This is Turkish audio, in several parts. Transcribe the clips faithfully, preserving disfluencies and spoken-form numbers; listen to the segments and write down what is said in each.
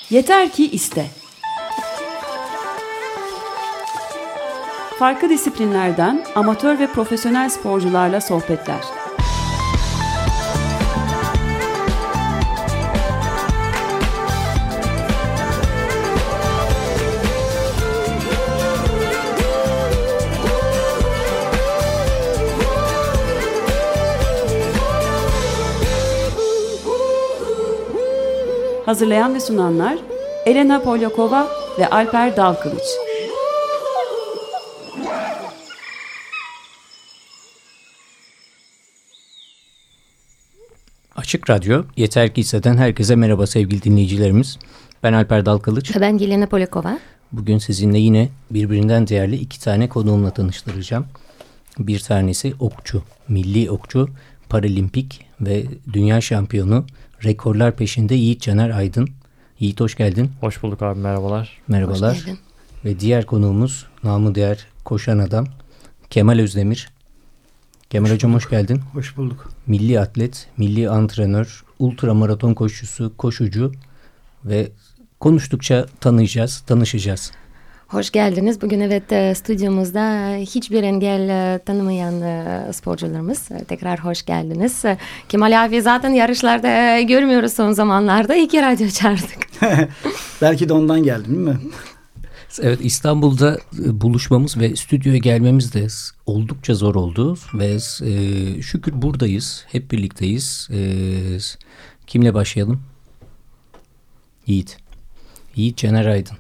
Yeter ki iste. Farklı disiplinlerden amatör ve profesyonel sporcularla sohbetler. Hazırlayan ve sunanlar Elena Polyakova ve Alper Dalkılıç. Açık Radyo, Yeter Ki İste'den herkese merhaba sevgili dinleyicilerimiz. Ben Alper Dalkılıç. Ben Elena Polyakova. Bugün sizinle yine birbirinden değerli iki tane konuğumla tanıştıracağım. Bir tanesi okçu, milli okçu, paralimpik ve dünya şampiyonu, rekorlar peşinde Yiğit Caner Aydın. Yiğit hoş geldin. Hoş bulduk abi, merhabalar. Merhabalar. Hoş geldin. Ve diğer konuğumuz namı değer koşan adam Kemal Özdemir. Kemal hoş hocam bulduk. Hoş geldin. Hoş bulduk. Milli atlet, milli antrenör, ultramaraton koşucusu, koşucu ve konuştukça tanıyacağız, tanışacağız. Hoş geldiniz. Bugün evet stüdyomuzda hiçbir engel tanımayan sporcularımız. Tekrar hoş geldiniz. Kemal abi zaten yarışlarda görmüyoruz son zamanlarda. İki radyo çağırdık. Belki de ondan geldin değil mi? Evet, İstanbul'da buluşmamız ve stüdyoya gelmemiz de oldukça zor oldu. Ve e, şükür buradayız, hep birlikteyiz. E, kimle başlayalım? Yiğit. Yiğit Caner Aydın.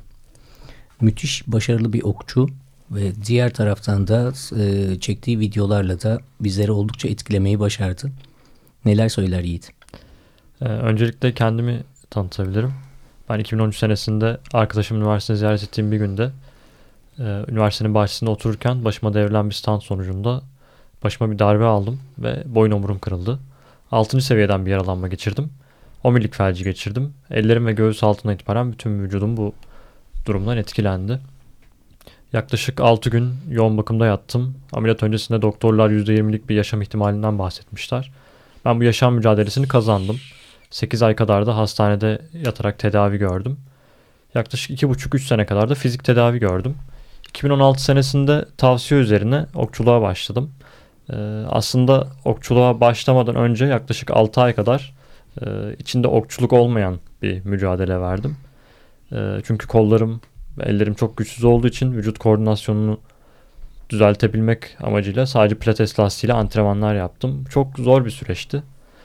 Müthiş başarılı bir okçu ve diğer taraftan da e, çektiği videolarla da bizleri oldukça etkilemeyi başardı. Neler söyler Yiğit? Ee, öncelikle kendimi tanıtabilirim. Ben iki bin on üç senesinde arkadaşım üniversitede ziyaret ettiğim bir günde e, üniversitenin bahçesinde otururken başıma devrilen bir stand sonucunda başıma bir darbe aldım ve boyun omurum kırıldı. altıncı seviyeden bir yaralanma geçirdim. Omurilik felci geçirdim. Ellerim ve göğüs altına itibaren bütün vücudum bu durumdan etkilendi. Yaklaşık altı gün yoğun bakımda yattım. Ameliyat öncesinde doktorlar yüzde yirmilik bir yaşam ihtimalinden bahsetmişler. Ben bu yaşam mücadelesini kazandım. sekiz ay kadar da hastanede yatarak tedavi gördüm. Yaklaşık iki buçuk üç sene kadar da fizik tedavi gördüm. iki bin on altı senesinde tavsiye üzerine okçuluğa başladım. Ee, aslında okçuluğa başlamadan önce yaklaşık altı ay kadar e, içinde okçuluk olmayan bir mücadele verdim. Çünkü kollarım ve ellerim çok güçsüz olduğu için vücut koordinasyonunu düzeltebilmek amacıyla sadece pilates lastiğiyle antrenmanlar yaptım. Çok zor bir süreçti.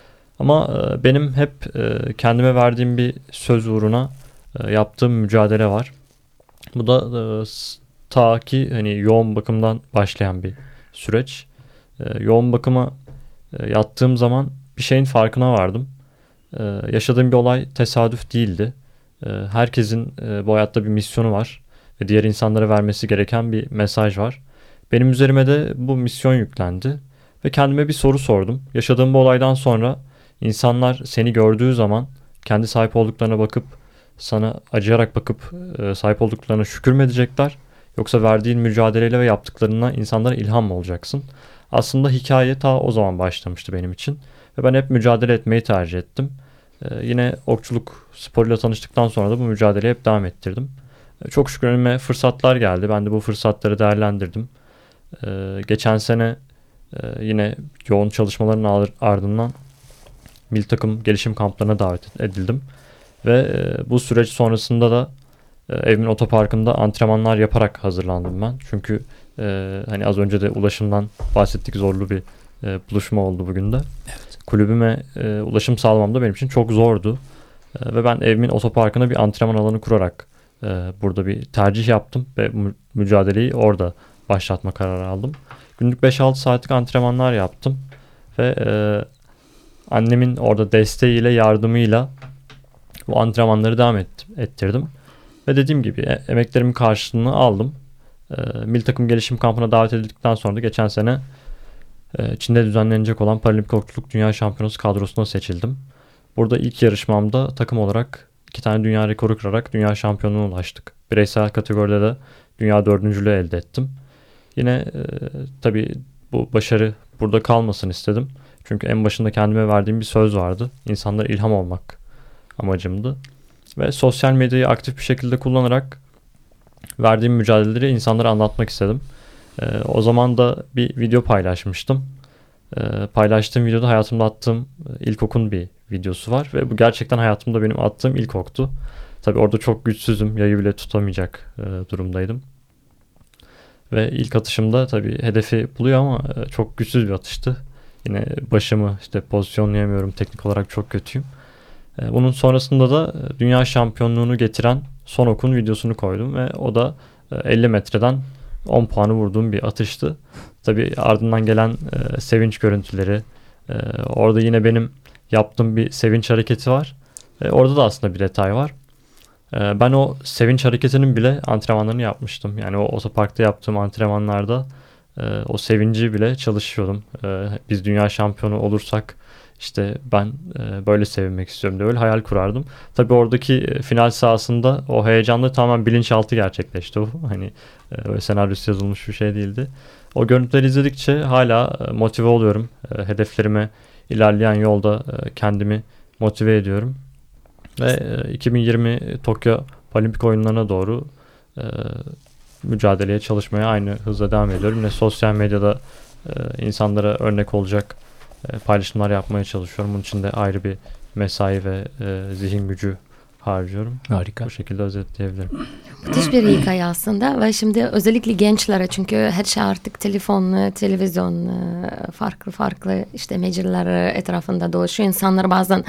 Ama benim hep kendime verdiğim bir söz uğruna yaptığım mücadele var. Bu da ta ki hani yoğun bakımdan başlayan bir süreç. Yoğun bakıma yattığım zaman bir şeyin farkına vardım. Yaşadığım bir olay tesadüf değildi. Herkesin bu hayatta bir misyonu var ve diğer insanlara vermesi gereken bir mesaj var. Benim üzerime de bu misyon yüklendi ve kendime bir soru sordum. Yaşadığım bu olaydan sonra insanlar seni gördüğü zaman kendi sahip olduklarına bakıp sana acıyarak bakıp sahip olduklarına şükür mü edecekler? Yoksa verdiğin mücadeleyle ve yaptıklarına insanlara ilham mı olacaksın? Aslında hikaye ta o zaman başlamıştı benim için ve ben hep mücadele etmeyi tercih ettim. Ee, yine okçuluk sporuyla tanıştıktan sonra da bu mücadeleyi hep devam ettirdim. Ee, çok şükür önüme fırsatlar geldi. Ben de bu fırsatları değerlendirdim. Ee, geçen sene e, yine yoğun çalışmaların ardından milli takım gelişim kamplarına davet edildim. Ve e, bu süreç sonrasında da e, evimin otoparkında antrenmanlar yaparak hazırlandım ben. Çünkü e, hani az önce de ulaşımdan bahsettik, zorlu bir e, buluşma oldu bugün de. Evet. Kulübüme e, ulaşım sağlamam da benim için çok zordu. E, ve ben evimin otoparkına bir antrenman alanı kurarak e, burada bir tercih yaptım ve mü- mücadeleyi orada başlatma kararı aldım. Günlük beş altı saatlik antrenmanlar yaptım ve e, annemin orada desteğiyle, yardımıyla bu antrenmanları devam et, ettirdim. Ve dediğim gibi e, emeklerimin karşılığını aldım. E, milli takım gelişim kampına davet edildikten sonra da geçen sene Çin'de düzenlenecek olan Paralimpik Okçuluk Dünya Şampiyonası kadrosuna seçildim. Burada ilk yarışmamda takım olarak iki tane dünya rekoru kırarak dünya şampiyonluğuna ulaştık. Bireysel kategoride de dünya dördüncülüğü elde ettim. Yine e, tabii bu başarı burada kalmasın istedim. Çünkü en başında kendime verdiğim bir söz vardı. İnsanlara ilham olmak amacımdı. Ve sosyal medyayı aktif bir şekilde kullanarak verdiğim mücadeleleri insanlara anlatmak istedim. Ee, o zaman da bir video paylaşmıştım. Ee, paylaştığım videoda hayatımda attığım ilk okun bir videosu var. Ve bu gerçekten hayatımda benim attığım ilk oktu. Tabii orada çok güçsüzüm. Yayı bile tutamayacak e, durumdaydım. Ve ilk atışımda tabii hedefi buluyor ama e, çok güçsüz bir atıştı. Yine başımı işte pozisyonlayamıyorum. Teknik olarak çok kötüyüm. E, bunun sonrasında da dünya şampiyonluğunu getiren son okun videosunu koydum. Ve o da e, elli metreden on puanı vurduğum bir atıştı. Tabii ardından gelen e, sevinç görüntüleri. E, orada yine benim yaptığım bir sevinç hareketi var. E, orada da aslında bir detay var. E, ben o sevinç hareketinin bile antrenmanlarını yapmıştım. Yani o otoparkta yaptığım antrenmanlarda e, o sevinci bile çalışıyordum. E, biz dünya şampiyonu olursak işte ben e, böyle sevinmek istiyorum diye öyle hayal kurardım. Tabii oradaki e, final sahasında o heyecanla tamamen bilinçaltı gerçekleşti o. Hani e, böyle senaryosu yazılmış bir şey değildi. O görüntüleri izledikçe hala e, motive oluyorum. E, hedeflerime ilerleyen yolda e, kendimi motive ediyorum. Ve e, iki bin yirmi Tokyo Olimpik oyunlarına doğru e, mücadeleye çalışmaya aynı hızla devam ediyorum. Yine sosyal medyada e, insanlara örnek olacak e, paylaşımlar yapmaya çalışıyorum. Bunun için de ayrı bir mesai ve e, zihin gücü harcıyorum. Harika. Bu şekilde özetleyebilirim. Müthiş bir hikaye aslında ve şimdi özellikle gençlere, çünkü her şey artık telefon, televizyon, farklı farklı işte mecralar etrafında dolaşıyor. İnsanlar bazen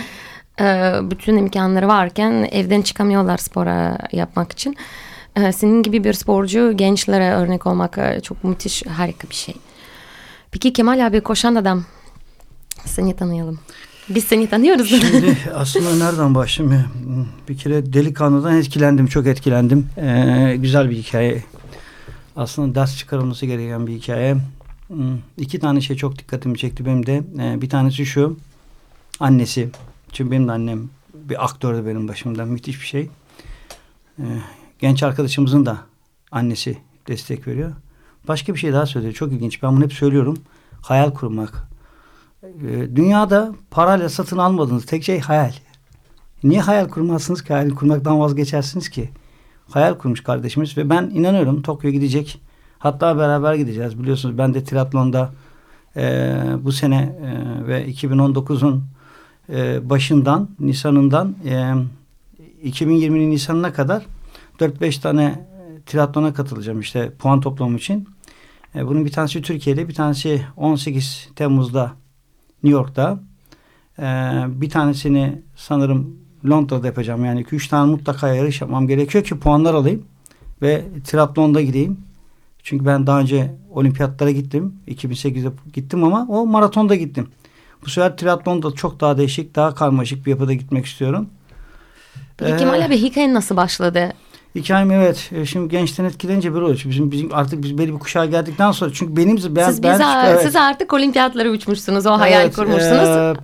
bütün imkanları varken evden çıkamıyorlar spora yapmak için. Senin gibi bir sporcu gençlere örnek olmak çok müthiş, harika bir şey. Peki Kemal abi, koşan adam, seni tanıyalım. Biz seni tanıyoruz. Şimdi aslında nereden başlayayım? Bir kere delikanlıdan etkilendim. Çok etkilendim. Ee, güzel bir hikaye. Aslında ders çıkarılması gereken bir hikaye. İki tane şey çok dikkatimi çekti benim de. Ee, bir tanesi şu. Annesi. Çünkü benim de annem bir aktördü benim başımdan. Müthiş bir şey. Ee, genç arkadaşımızın da annesi destek veriyor. Başka bir şey daha söylüyor. Çok ilginç. Ben bunu hep söylüyorum. Hayal kurmak. Dünyada parayla satın almadığınız tek şey hayal. Niye hayal kurmazsınız ki? Hayal kurmaktan vazgeçersiniz ki. Hayal kurmuş kardeşimiz ve ben inanıyorum Tokyo'ya gidecek. Hatta beraber gideceğiz. Biliyorsunuz ben de triatlonda e, bu sene e, ve iki bin on dokuzun e, başından, Nisan'ından e, iki bin yirminin Nisan'ına kadar dört beş tane triatlona katılacağım işte puan toplamı için. E, bunun bir tanesi Türkiye'de, bir tanesi on sekiz Temmuz'da New York'ta. Ee, bir tanesini sanırım Londra'da yapacağım. Yani iki üç tane mutlaka yarış yapmam gerekiyor ki puanlar alayım. Ve triatlonda gideyim. Çünkü ben daha önce olimpiyatlara gittim. iki bin sekizde gittim ama o maratonda gittim. Bu sefer triatlonda çok daha değişik, daha karmaşık bir yapıda gitmek istiyorum. Peki ee, Kemal abi, hikayen nasıl başladı? Hikayem evet. Şimdi gençten etkilenince böyle oluyor. Bizim, bizim artık biz belli bir kuşağa geldikten sonra çünkü benim ben siz, ben, bize, evet. siz artık olimpiyatlara uçmuşsunuz. O hayal evet, kurmuşsunuz. E,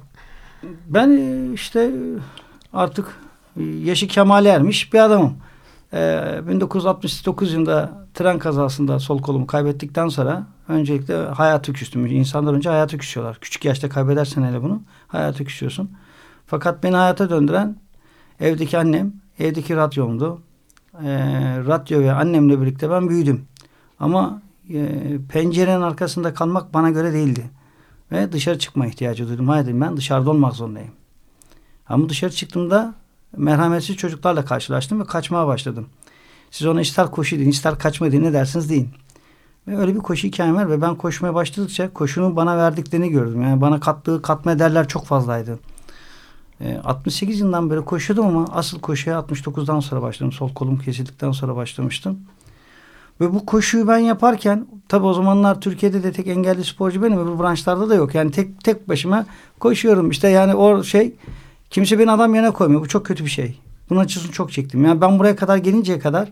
ben işte artık yaşı kemale ermiş bir adamım. E, bin dokuz yüz altmış dokuz yılında tren kazasında sol kolumu kaybettikten sonra öncelikle hayatı küstüm. İnsanlar önce hayatı küsüyorlar. Küçük yaşta kaybedersen hele bunu hayatı küsüyorsun. Fakat beni hayata döndüren evdeki annem, evdeki radyomdu. E, radyo ve annemle birlikte ben büyüdüm. Ama e, pencerenin arkasında kalmak bana göre değildi. Ve dışarı çıkma ihtiyacı duydum. Hayır, ben dışarıda olmak zorundayım. Ama dışarı çıktığımda merhametsiz çocuklarla karşılaştım ve kaçmaya başladım. Siz ona ister koşu deyin, ister kaçma deyin, ne dersiniz deyin. Ve öyle bir koşu hikayem var ve ben koşmaya başladıkça koşunun bana verdiklerini gördüm. Yani bana kattığı katma değerler çok fazlaydı. E, altmış sekiz yılından beri koşuyordum ama asıl koşuya altmış dokuzdan sonra başladım. Sol kolum kesildikten sonra başlamıştım. Ve bu koşuyu ben yaparken tabi o zamanlar Türkiye'de de tek engelli sporcu benim. Öbür branşlarda da yok. Yani tek tek başıma koşuyorum. İşte yani o şey kimse beni adam yerine koymuyor. Bu çok kötü bir şey. Bunun acısını çok çektim. Yani ben buraya kadar gelinceye kadar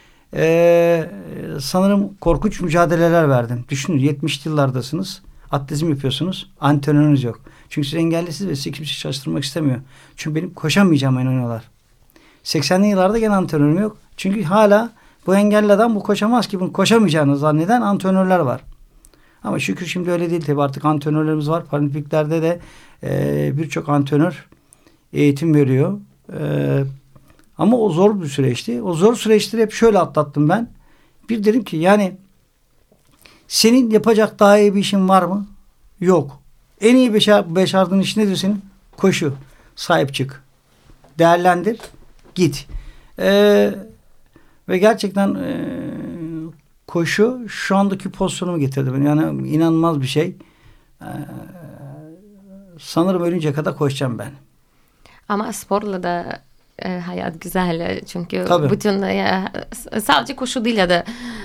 ee, sanırım korkunç mücadeleler verdim. Düşünün yetmişli yıllardasınız. Atletizm yapıyorsunuz. Antrenörünüz yok. Çünkü siz engellisiniz ve sizi kimse çalıştırmak istemiyor. Çünkü benim koşamayacağım inanıyorlar. seksenli yıllarda gene antrenörüm yok. Çünkü hala bu engelli adam bu koşamaz ki, bunu koşamayacağını zanneden antrenörler var. Ama şükür şimdi öyle değil tabii, artık antrenörlerimiz var. Paralimpiklerde de e, birçok antrenör eğitim veriyor. E, Ama o zor bir süreçti. O zor süreçleri hep şöyle atlattım ben. Bir dedim ki yani senin yapacak daha iyi bir işin var mı? Yok. En iyi beşer, başardığın iş nedir senin? Koşu. Sahip çık. Değerlendir. Git. Ee, ve gerçekten e, koşu şu andaki pozisyonumu getirdi beni. Yani inanılmaz bir şey. Ee, sanırım ölünceye kadar koşacağım ben. Ama sporla da e, hayat güzel. Çünkü Tabii. bütün e, sadece koşu değil ya da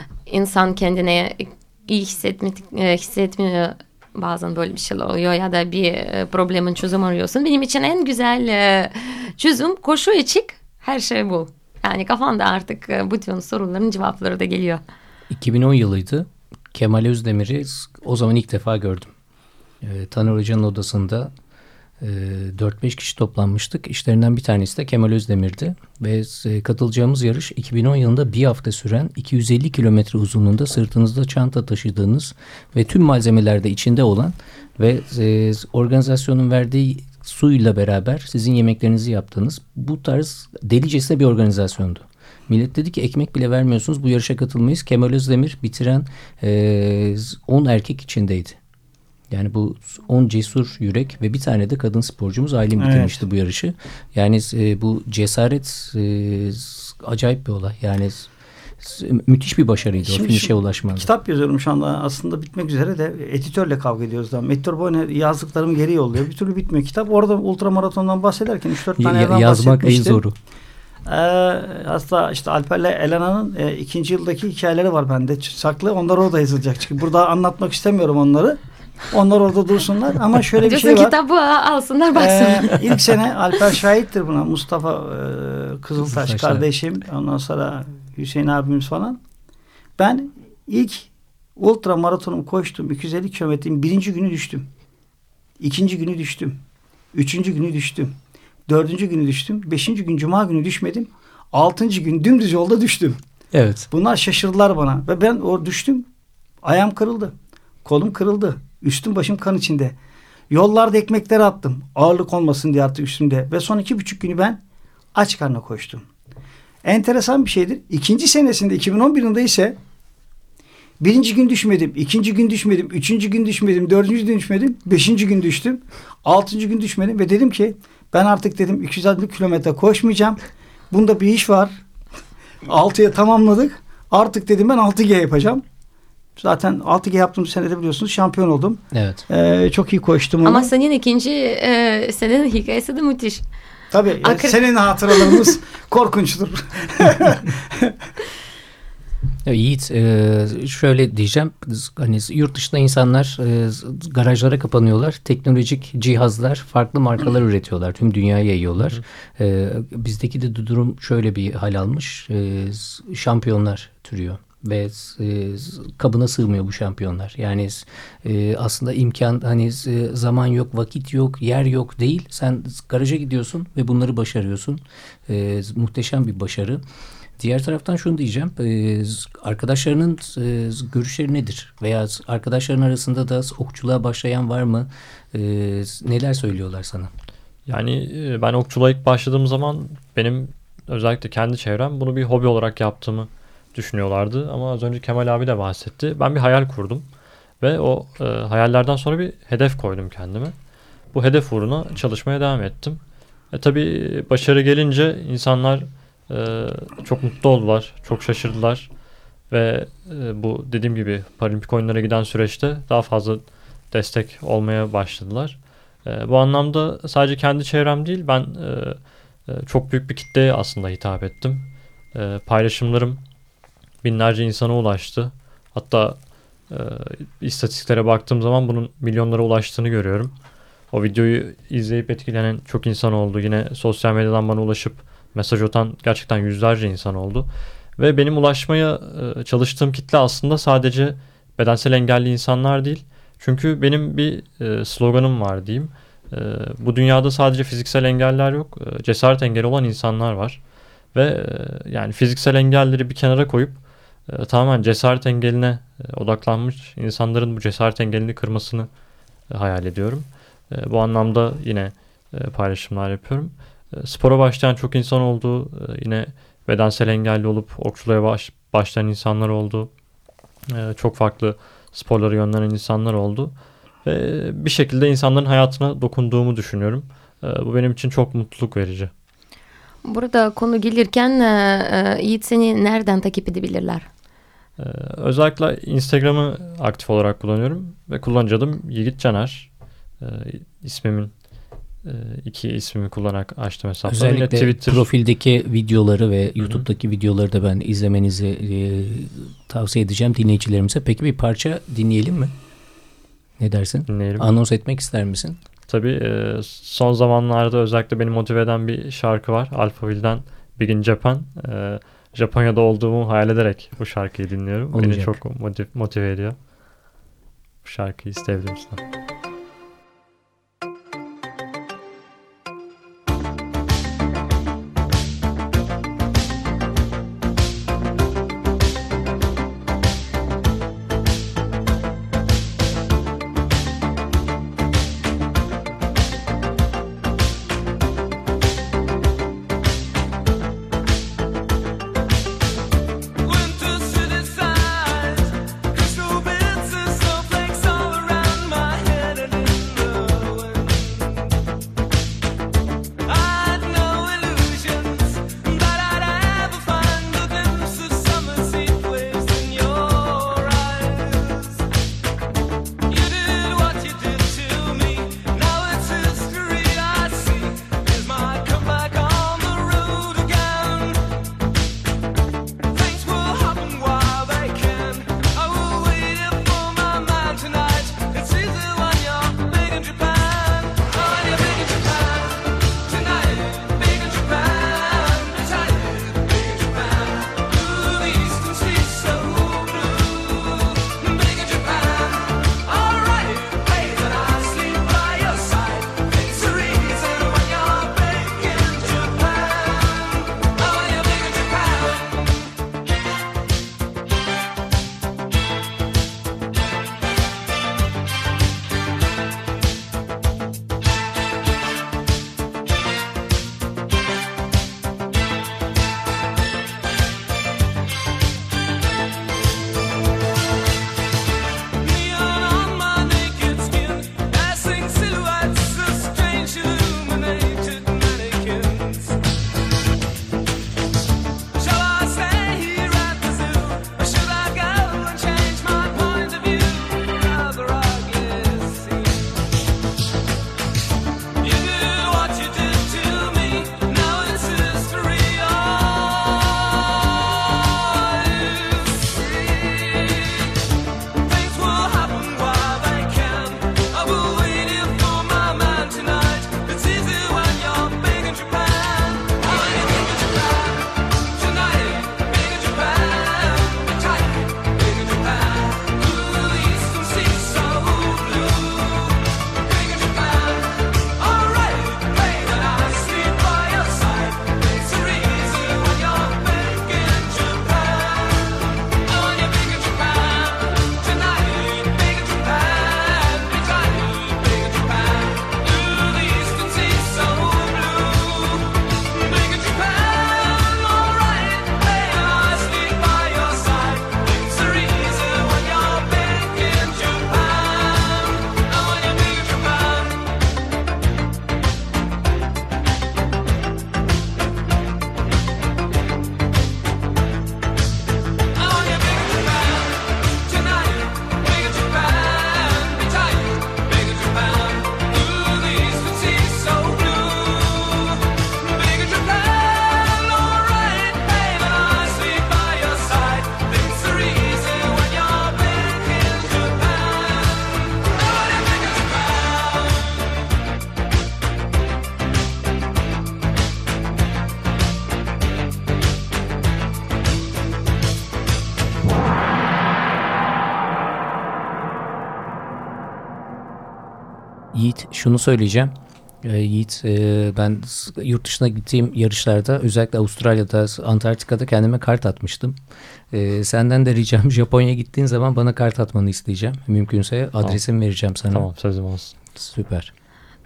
insan kendine iyi hissetmi, e, hissetmiyor. Bazen böyle bir şey oluyor ya da bir e, problemin çözüm arıyorsun. Benim için en güzel e, çözüm koşu için her şey bu. Yani kafanda artık e, bütün soruların cevapları da geliyor. iki bin on yılıydı. Kemal Özdemir'i o zaman ilk defa gördüm. E, Taner Hoca'nın odasında e, dört beş kişi toplanmıştık. İşlerinden bir tanesi de Kemal Özdemir'di. Ve e, katılacağımız yarış iki bin on yılında bir hafta süren iki yüz elli kilometre uzunluğunda sırtınızda çanta taşıdığınız ve tüm malzemelerde içinde olan ve e, organizasyonun verdiği suyla beraber sizin yemeklerinizi yaptığınız bu tarz delicesine bir organizasyondu. Millet dedi ki ekmek bile vermiyorsunuz, bu yarışa katılmayız. Kemal Özdemir bitiren e, on erkek içindeydi. Yani bu on cesur yürek ve bir tane de kadın sporcumuz Aylin Evet. bitirmişti bu yarışı. Yani e, bu cesaret e, acayip bir olay. Yani e, müthiş bir başarıydı Şimdi o finişe ulaşmak. Kitap yazıyorum şu anda, aslında bitmek üzere de editörle kavga ediyoruz. Da. Meteor Boyne yazdıklarımı geri yolluyor. Bir türlü bitmiyor kitap. Orada ultramaratondan bahsederken üç dört tane yerden yazmak en zoru. Ee, aslında işte Alper'le Elena'nın e, ikinci yıldaki hikayeleri var bende saklı. Onlar orada yazılacak. Çünkü burada anlatmak istemiyorum onları. Onlar orada dursunlar. Ama şöyle bir şey var. Kitabı alsınlar baksınlar. Ee, ilk sene Alper şahittir buna. Mustafa e, Kızıltaş Kızıltaş, kardeşim. Ondan sonra Hüseyin abimiz falan. Ben ilk ultra maratonumu koştum. iki yüz elli kilometrenin birinci günü düştüm. İkinci günü düştüm. Üçüncü günü düştüm. Dördüncü günü düştüm. Beşinci gün Cuma günü düşmedim. Altıncı gün dümdüz yolda düştüm. Evet. Bunlar şaşırdılar bana. Ve ben orada düştüm. Ayağım kırıldı. Kolum kırıldı. Üstüm başım kan içinde. Yollarda ekmekleri attım. Ağırlık olmasın diye artık üstümde. Ve son iki buçuk günü ben aç karnına koştum. Enteresan bir şeydir. İkinci senesinde iki bin on bir yılında ise birinci gün düşmedim. ikinci gün düşmedim. Üçüncü gün düşmedim. Dördüncü gün düşmedim. Beşinci gün düştüm. Altıncı gün düşmedim. Ve dedim ki ben artık dedim iki yüz elli kilometre koşmayacağım. Bunda bir iş var. altıya tamamladık. Artık dedim ben altı G yapacağım. Zaten altı G yaptığım senede biliyorsunuz şampiyon oldum. Evet. Ee, çok iyi koştum onu. Ama senin ikinci e, senin hikayesi de müthiş. Tabii. Yani Akır... senin hatıralarımız korkunçtur. Evet, Yiğit, e, şöyle diyeceğim, hani yurt dışında insanlar e, garajlara kapanıyorlar, teknolojik cihazlar, farklı markalar üretiyorlar, tüm dünyaya yayıyorlar. E, bizdeki de durum şöyle bir hal almış, e, şampiyonlar türüyor ve e, kabına sığmıyor bu şampiyonlar. Yani e, aslında imkan, hani e, zaman yok, vakit yok, yer yok değil. Sen garaja gidiyorsun ve bunları başarıyorsun. E, muhteşem bir başarı. Diğer taraftan şunu diyeceğim. E, arkadaşlarının e, görüşleri nedir? Veya arkadaşların arasında da okçuluğa başlayan var mı? E, neler söylüyorlar sana? Yani ben okçuluğa ilk başladığım zaman benim özellikle kendi çevrem bunu bir hobi olarak yaptığımı düşünüyorlardı. Ama az önce Kemal abi de bahsetti. Ben bir hayal kurdum. Ve o e, hayallerden sonra bir hedef koydum kendime. Bu hedef uğruna çalışmaya devam ettim. E, tabii başarı gelince insanlar e, çok mutlu oldular. Çok şaşırdılar. Ve e, bu dediğim gibi Paralimpik oyunlara giden süreçte daha fazla destek olmaya başladılar. E, bu anlamda sadece kendi çevrem değil, ben e, e, çok büyük bir kitleye aslında hitap ettim. E, paylaşımlarım binlerce insana ulaştı. Hatta e, istatistiklere baktığım zaman bunun milyonlara ulaştığını görüyorum. O videoyu izleyip etkilenen çok insan oldu. Yine sosyal medyadan bana ulaşıp mesaj atan gerçekten yüzlerce insan oldu. Ve benim ulaşmaya e, çalıştığım kitle aslında sadece bedensel engelli insanlar değil. Çünkü benim bir e, sloganım var diyeyim. E, bu dünyada sadece fiziksel engeller yok. E, cesaret engeli olan insanlar var. Ve e, yani fiziksel engelleri bir kenara koyup e, tamamen cesaret engeline e, odaklanmış insanların bu cesaret engelini kırmasını e, hayal ediyorum. E, bu anlamda yine e, paylaşımlar yapıyorum. E, spora başlayan çok insan oldu. E, yine bedensel engelli olup okçuluğa baş, başlayan insanlar oldu. E, çok farklı sporlara yönlenen insanlar oldu. Ve bir şekilde insanların hayatına dokunduğumu düşünüyorum. E, bu benim için çok mutluluk verici. Burada konu gelirken e, Yiğit seni nereden takip edebilirler? Ee, özellikle Instagram'ı aktif olarak kullanıyorum ve kullanıcı adım Yiğit Caner. Ee, ismimin e, iki ismimi kullanarak açtım hesapları. Özellikle Twitter... profildeki videoları ve YouTube'daki Hı-hı. videoları da ben izlemenizi e, tavsiye edeceğim dinleyicilerimize. Peki bir parça dinleyelim mi? Ne dersin? Dinleyelim. Anons etmek ister misin? Tabii. E, son zamanlarda özellikle beni motive eden bir şarkı var. Alphaville'den Big Japan. E, Japonya'da olduğumu hayal ederek bu şarkıyı dinliyorum. Olacak. Beni çok motive, motive ediyor. Bu şarkıyı isteyebilirim sana. Yiğit, şunu söyleyeceğim. E, Yiğit, e, ben yurt dışına gittiğim yarışlarda, özellikle Avustralya'da, Antarktika'da kendime kart atmıştım. E, senden de ricam, Japonya'ya gittiğin zaman bana kart atmanı isteyeceğim. Mümkünse adresimi tamam. vereceğim sana. Tamam, sözüm olsun. Süper.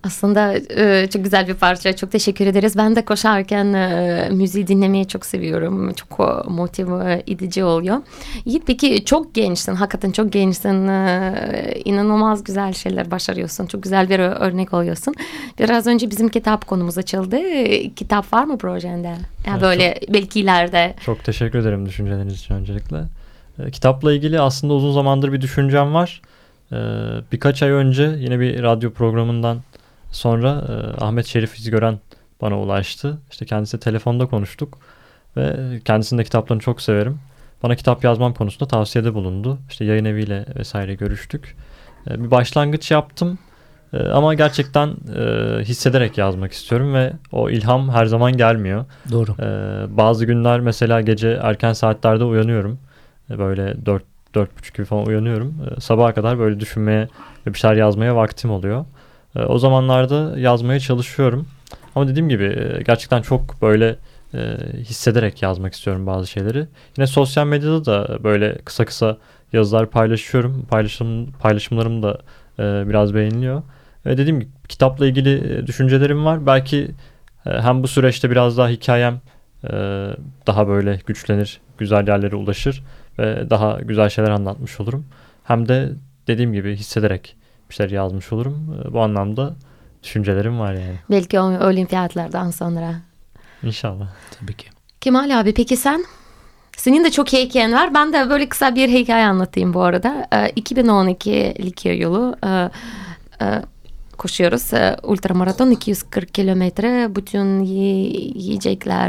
Aslında e, çok güzel bir parça. Çok teşekkür ederiz. Ben de koşarken e, müziği dinlemeyi çok seviyorum. Çok e, motive edici oluyor. Yiğit, peki çok gençsin. Hakikaten çok gençsin. E, inanılmaz güzel şeyler başarıyorsun. Çok güzel bir örnek oluyorsun. Biraz önce bizim kitap konumuz açıldı. E, kitap var mı projende? Yani evet, böyle çok, belki ileride. Çok teşekkür ederim düşünceleriniz için öncelikle. E, kitapla ilgili aslında uzun zamandır bir düşüncem var. E, birkaç ay önce yine bir radyo programından sonra e, Ahmet Şerif İzgören bana ulaştı. İşte kendisi telefonda konuştuk ve kendisinin de kitaplarını çok severim. Bana kitap yazmam konusunda tavsiyede bulundu. İşte yayın eviyle vesaire görüştük. E, bir başlangıç yaptım e, ama gerçekten e, hissederek yazmak istiyorum ve o ilham her zaman gelmiyor. Doğru. E, bazı günler mesela gece erken saatlerde uyanıyorum. E, böyle dört dört buçuk gibi falan uyanıyorum. E, sabaha kadar böyle düşünmeye ve bir şeyler yazmaya vaktim oluyor. O zamanlarda yazmaya çalışıyorum. Ama dediğim gibi gerçekten çok böyle e, hissederek yazmak istiyorum bazı şeyleri. Yine sosyal medyada da böyle kısa kısa yazılar paylaşıyorum. Paylaşım, paylaşımlarım da e, biraz beğeniliyor. Ve dediğim gibi kitapla ilgili düşüncelerim var. Belki e, hem bu süreçte biraz daha hikayem e, daha böyle güçlenir, güzel yerlere ulaşır ve daha güzel şeyler anlatmış olurum. Hem de dediğim gibi hissederek bir şeyler yazmış olurum. Bu anlamda düşüncelerim var yani. Belki o olimpiyatlardan sonra. İnşallah. Tabii ki. Kemal abi, peki sen? Senin de çok hikayen var. Ben de böyle kısa bir hikaye anlatayım bu arada. iki bin on iki Likya yolu koşuyoruz. Ultramaraton iki yüz kırk kilometre. Bütün yiyecekler,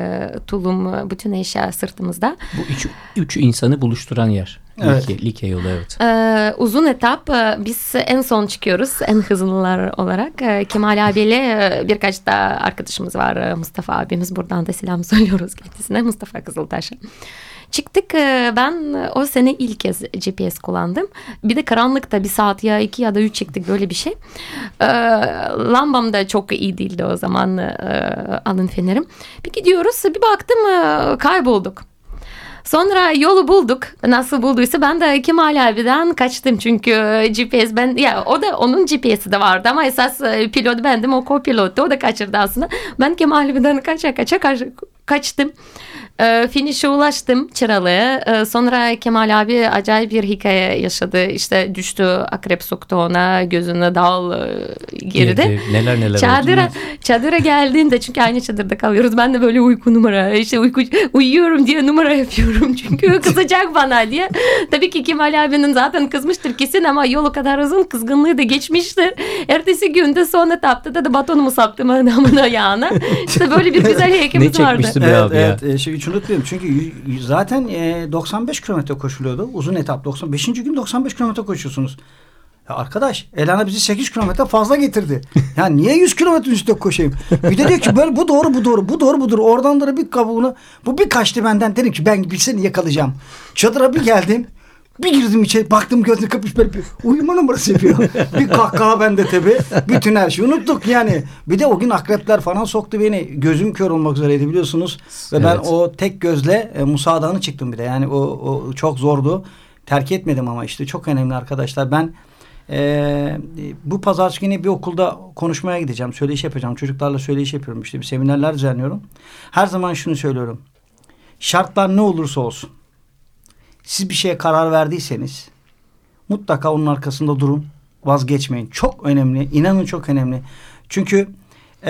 tulum, bütün eşya sırtımızda. Bu üç, üç insanı buluşturan yer. Evet. Likya, Likya yolu, evet. Ee, uzun etap. Biz en son çıkıyoruz. En hızlılar olarak. Ee, Kemal abiyle birkaç da arkadaşımız var. Mustafa abimiz. Buradan da selam söylüyoruz kendisine. Mustafa Kızıltaş'a. Çıktık. Ben o sene ilk kez G P S kullandım. Bir de karanlıkta bir saat ya iki ya da üç çıktık, böyle bir şey. Ee, lambam da çok iyi değildi o zaman, e, alın fenerim. Bir gidiyoruz, bir baktım e, kaybolduk. Sonra yolu bulduk. Nasıl bulduysa ben de Kemal abiden kaçtım. Çünkü G P S ben, ya o da onun G P S'i de vardı ama esas pilot bendim, o co-pilottu. O da kaçırdı aslında. Ben Kemal abiden kaça kaça kaç, kaçtım. E, finish'e ulaştım, Çıralı'ya. E, sonra Kemal abi acayip bir hikaye yaşadı. İşte düştü, akrep soktu ona, gözüne dal e, girdi. Girdi. Neler neler çadıra, oldu. çadıra geldiğinde, çünkü aynı çadırda kalıyoruz. Ben de böyle uyku numara, işte uyku, uyuyorum diye numara yapıyorum. Çünkü kızacak bana diye. Tabii ki Kemal abinin zaten kızmıştır kesin ama yol o kadar uzun, kızgınlığı da geçmiştir. Ertesi günde son etapta da, da batonumu saptım adamın ayağına. İşte böyle bir güzel hikayemiz Ne vardı. çekmişti be Evet, abi ya. evet. E, şey, hiç unutmuyorum. Çünkü y- y- zaten e, doksan beş kilometre koşuluyordu. Uzun etap. doksan beşinci gün doksan beş kilometre koşuyorsunuz. Ya arkadaş, Elana bizi sekiz kilometre fazla getirdi. Ya niye yüz kilometre üstte koşayım? Bir de diyor ki böyle bu doğru bu doğru bu doğru budur. Oradan da bir kabuğunu, bu bir kaçtı benden. Dedim ki ben seni yakalayacağım. Çadıra bir geldim. Bir girdim içeri, baktım gözünü kapış böyle bir uyuma numarası yapıyor. Bir kahkaha bende tabii. Bütün her şeyi unuttuk yani. Bir de o gün akrepler falan soktu beni. Gözüm kör olmak üzereydi biliyorsunuz. Ve Evet. ben o tek gözle e, Musa Dağı'na çıktım bir de. Yani o, o çok zordu. Terk etmedim ama işte çok önemli arkadaşlar. Ben e, bu pazartesi günü bir okulda konuşmaya gideceğim. Söyleyiş yapacağım. Çocuklarla söyleyiş yapıyorum. İşte bir seminerler düzenliyorum. Her zaman şunu söylüyorum. Şartlar ne olursa olsun, siz bir şeye karar verdiyseniz mutlaka onun arkasında durun. Vazgeçmeyin. Çok önemli. İnanın çok önemli. Çünkü e,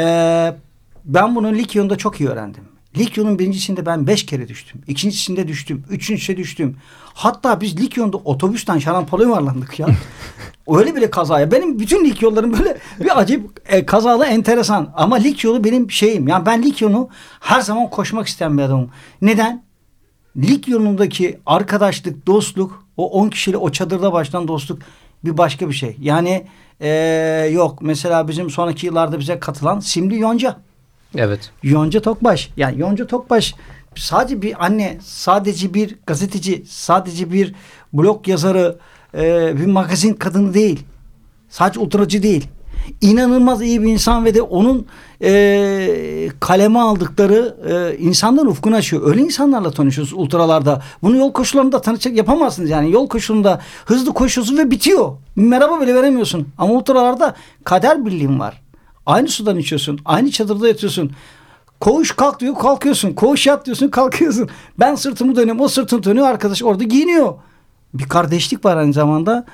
ben bunu Likyon'da çok iyi öğrendim. Likyon'un birincisinde ben beş kere düştüm. İkincisinde düştüm. Üçüncüsünde düştüm. Hatta biz Likyon'da otobüsten şarampole yuvarlandık ya. Öyle bile kazaya. Benim bütün lig yollarım böyle bir acayip e, kazalı, enteresan. Ama lig yolu benim şeyim. Yani ben lig yolunu her zaman koşmak isteyen bir adamım. Neden? Lig yolundaki arkadaşlık, dostluk, o on kişiyle o çadırda başlayan dostluk bir başka bir şey. Yani e, yok mesela bizim sonraki yıllarda bize katılan Simli Yonca. Evet. Yonca Tokbaş. Yani Yonca Tokbaş sadece bir anne, sadece bir gazeteci, sadece bir blog yazarı, e, bir magazin kadını değil. Sadece ultracı değil. İnanılmaz iyi bir insan ve de onun e, kaleme aldıkları e, insanların ufkunu açıyor. Öyle insanlarla tanışıyorsunuz ultralarda. Bunu yol koşularında tanışacak yapamazsınız yani. Yol koşularında hızlı koşuyorsun ve bitiyor. Merhaba bile veremiyorsun. Ama ultralarda kader birliğin var. Aynı sudan içiyorsun. Aynı çadırda yatıyorsun. Koğuş kalk diyor, kalkıyorsun. Koğuş yat diyorsun, kalkıyorsun. Ben sırtımı dönüyorum, o sırtını dönüyor, arkadaş orada giyiniyor. Bir kardeşlik var aynı zamanda.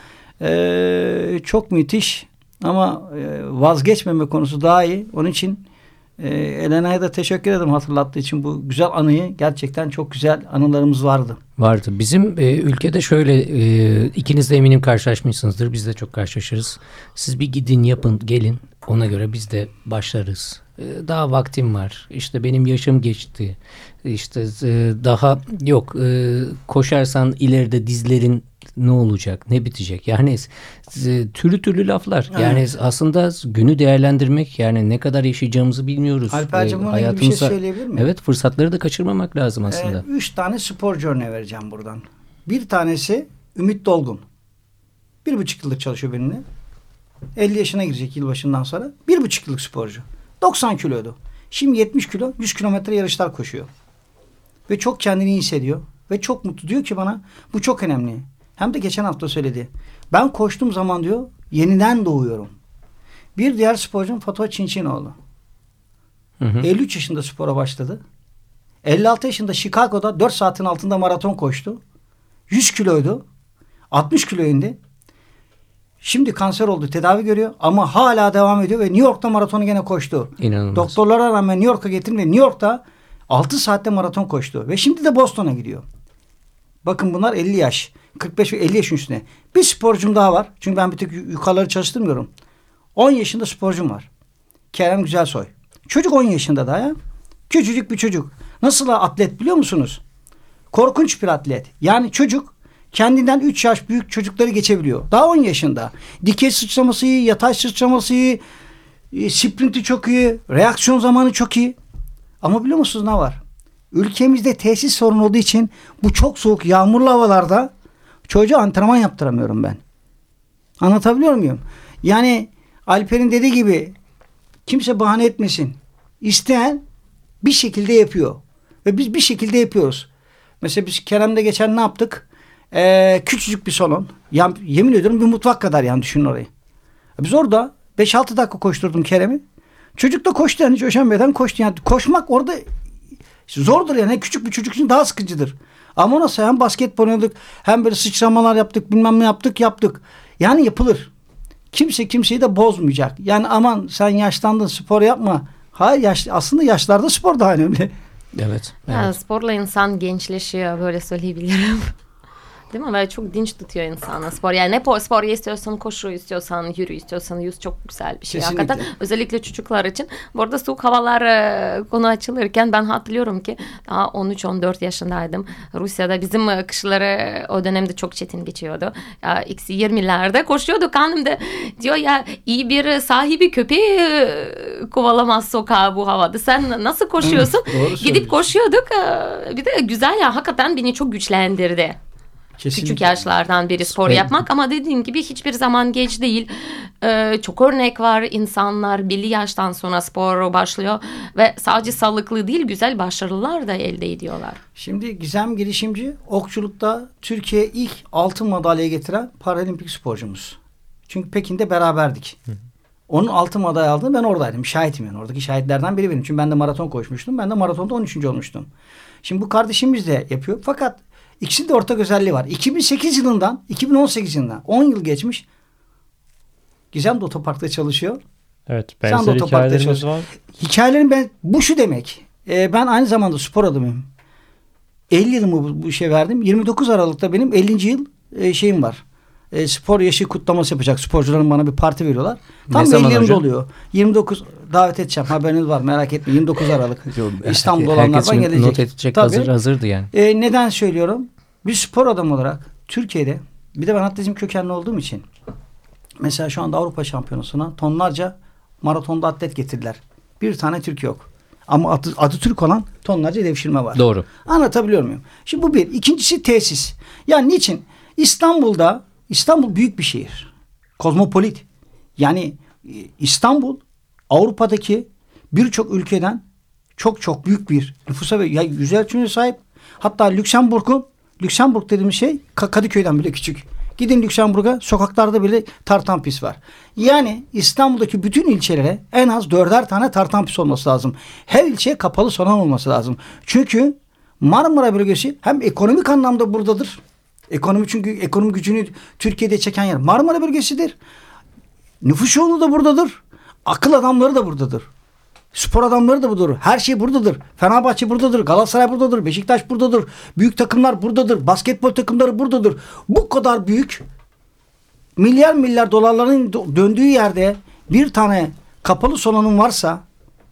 Ee, çok müthiş ama e, vazgeçmeme konusu daha iyi. Onun için e, Elena'ya da teşekkür ederim hatırlattığı için. Bu güzel anıyı, gerçekten çok güzel anılarımız vardı. Vardı. Bizim e, ülkede şöyle e, ikiniz de eminim karşılaşmışsınızdır. Biz de çok karşılaşırız. Siz bir gidin, yapın, gelin. Ona göre biz de başlarız. E, daha vaktim var. İşte benim yaşım geçti. İşte e, daha yok. E, koşarsan ileride dizlerin ne olacak, ne bitecek? Yani e, türlü türlü laflar. Evet. Yani aslında günü değerlendirmek, yani ne kadar yaşayacağımızı bilmiyoruz. Alper'cim, buna ilgili bir şey söyleyebilir miyim? Evet, fırsatları da kaçırmamak lazım aslında. Ee, üç tane sporcu örneği vereceğim buradan. Bir tanesi Ümit Dolgun. Bir buçuk yıllık çalışıyor benimle. elli yaşına girecek yılbaşından sonra. Bir buçuk yıllık sporcu. doksan kiloydu. Şimdi yetmiş kilo, yüz kilometre yarışlar koşuyor. Ve çok kendini iyi hissediyor. Ve çok mutlu. Diyor ki bana, bu çok önemli. Hem de geçen hafta söyledi. Ben koştuğum zaman diyor, yeniden doğuyorum. Bir diğer sporcum Fatih Çinçinoğlu. Hı hı. elli üç yaşında spora başladı. elli altı yaşında Chicago'da dört saatin altında maraton koştu. yüz kiloydu. altmış kilo indi. Şimdi kanser oldu, tedavi görüyor ama hala devam ediyor ve New York'ta maratonu gene koştu. İnanılmaz. Doktorlara rağmen New York'a getirdi ve New York'ta altı saatte maraton koştu ve şimdi de Boston'a gidiyor. Bakın bunlar elli yaş, kırk beş ve elli yaşın üstüne. Bir sporcum daha var. Çünkü ben bir tek yukarıları çalıştırmıyorum. on yaşında sporcum var. Kerem Güzelsoy. Çocuk on yaşında daha ya. Küçücük bir çocuk. Nasıl atlet biliyor musunuz? Korkunç bir atlet. Yani çocuk kendinden üç yaş büyük çocukları geçebiliyor. Daha on yaşında. Dikey sıçraması iyi, yatay sıçraması iyi, sprinti çok iyi, reaksiyon zamanı çok iyi. Ama biliyor musunuz ne var? Ülkemizde tesis sorunu olduğu için bu çok soğuk, yağmurlu havalarda çocuğa antrenman yaptıramıyorum ben. Anlatabiliyor muyum? Yani Alper'in dediği gibi kimse bahane etmesin. İsteyen bir şekilde yapıyor. Ve biz bir şekilde yapıyoruz. Mesela biz Kerem'le geçen ne yaptık? Ee, küçücük bir salon. Ya, yemin ediyorum bir mutfak kadar yani, düşünün orayı. Biz orada beş altı dakika koşturdum Kerem'i. Çocuk da koştu yani, hiç üşenmeden koştu. Yani koşmak orada zordur yani. Küçük bir çocuk için daha sıkıcıdır. Ama nasıl hem basketbol oynadık, hem böyle sıçramalar yaptık, bilmem ne yaptık yaptık. Yani yapılır. Kimse kimseyi de bozmayacak. Yani aman sen yaşlandın, spor yapma. Hayır, yaş, aslında yaşlarda spor daha önemli. Evet. Ya, evet. sporla insan gençleşiyor, böyle söyleyebilirim. Değil mi? Böyle çok dinç tutuyor insanı spor. Yani ne spor istiyorsan, koşu istiyorsan, yürü istiyorsan, yüz çok güzel bir şey. Kesinlikle. Hakikaten özellikle çocuklar için. Bu arada soğuk havalar e, konu açılırken ben hatırlıyorum ki daha on üç on dört yaşındaydım. Rusya'da bizim kışları o dönemde çok çetin geçiyordu. Ya eksi yirmilerde koşuyorduk. Hanım da diyor ya, iyi bir sahibi köpeği kovalamaz sokağa bu havada. Sen nasıl koşuyorsun? Gidip koşuyorduk. Bir de güzel ya, hakikaten beni çok güçlendirdi. Kesinlikle. Küçük yaşlardan beri spor evet. yapmak, ama dediğim gibi hiçbir zaman geç değil. Ee, çok örnek var, insanlar belli yaştan sonra spora başlıyor ve sadece sağlıklı değil, güzel başarılar da elde ediyorlar. Şimdi Gizem girişimci, okçulukta Türkiye ilk altın madalya getiren paralimpik sporcumuz. Çünkü Pekin'de beraberdik. Hı. Onun altın madalya aldığını ben oradaydım. Şahitim yani. Oradaki şahitlerden biri benim. Çünkü ben de maraton koşmuştum. Ben de maratonda on üçüncü olmuştum. Şimdi bu kardeşimiz de yapıyor. Fakat İkisinin de ortak özelliği var. iki bin sekiz yılından iki bin on sekiz yılından on yıl geçmiş. Gizem de otoparkta çalışıyor. Evet, benzer hikayelerimiz var. Hikayelerim ben, bu şu demek. E, ben aynı zamanda spor adamıyım. elli yılımı bu, bu işe verdim. yirmi dokuz Aralık'ta benim ellinci yıl e, şeyim var. E, spor yaşı kutlaması yapacak. Sporcuların bana bir parti veriyorlar. Tam elli yılımda oluyor. yirmi dokuz davet edeceğim. Haberiniz var, merak etmeyin. yirmi dokuz Aralık. İstanbul'da olanlar var, gelecek. Not edecek, hazır, hazırdı yani. E, neden söylüyorum? Bir spor adamı olarak Türkiye'de, bir de ben atletizm kökenli olduğum için, mesela şu anda Avrupa Şampiyonası'na tonlarca maratonda atlet getirdiler. Bir tane Türk yok. Ama adı, adı Türk olan tonlarca devşirme var. Doğru. Anlatabiliyor muyum? Şimdi bu bir. İkincisi tesis. Yani niçin? İstanbul'da, İstanbul büyük bir şehir. Kozmopolit. Yani İstanbul Avrupa'daki birçok ülkeden çok çok büyük bir nüfusa ve yüz ölçümüne sahip. Hatta Lüksemburg'un Lüksemburg dediğimiz şey Kadıköy'den bile küçük. Gidin Lüksemburg'a, sokaklarda bile tartan pist var. Yani İstanbul'daki bütün ilçelere en az dörder tane tartan pist olması lazım. Her ilçeye kapalı salon olması lazım. Çünkü Marmara bölgesi hem ekonomik anlamda buradadır. Ekonomi çünkü ekonomi gücünü Türkiye'de çeken yer Marmara bölgesidir. Nüfus yoğunluğu da buradadır. Akıl adamları da buradadır. Spor adamları da buradadır. Her şey buradadır. Fenerbahçe buradadır. Galatasaray buradadır. Beşiktaş buradadır. Büyük takımlar buradadır. Basketbol takımları buradadır. Bu kadar büyük milyar milyar dolarların döndüğü yerde bir tane kapalı salonun varsa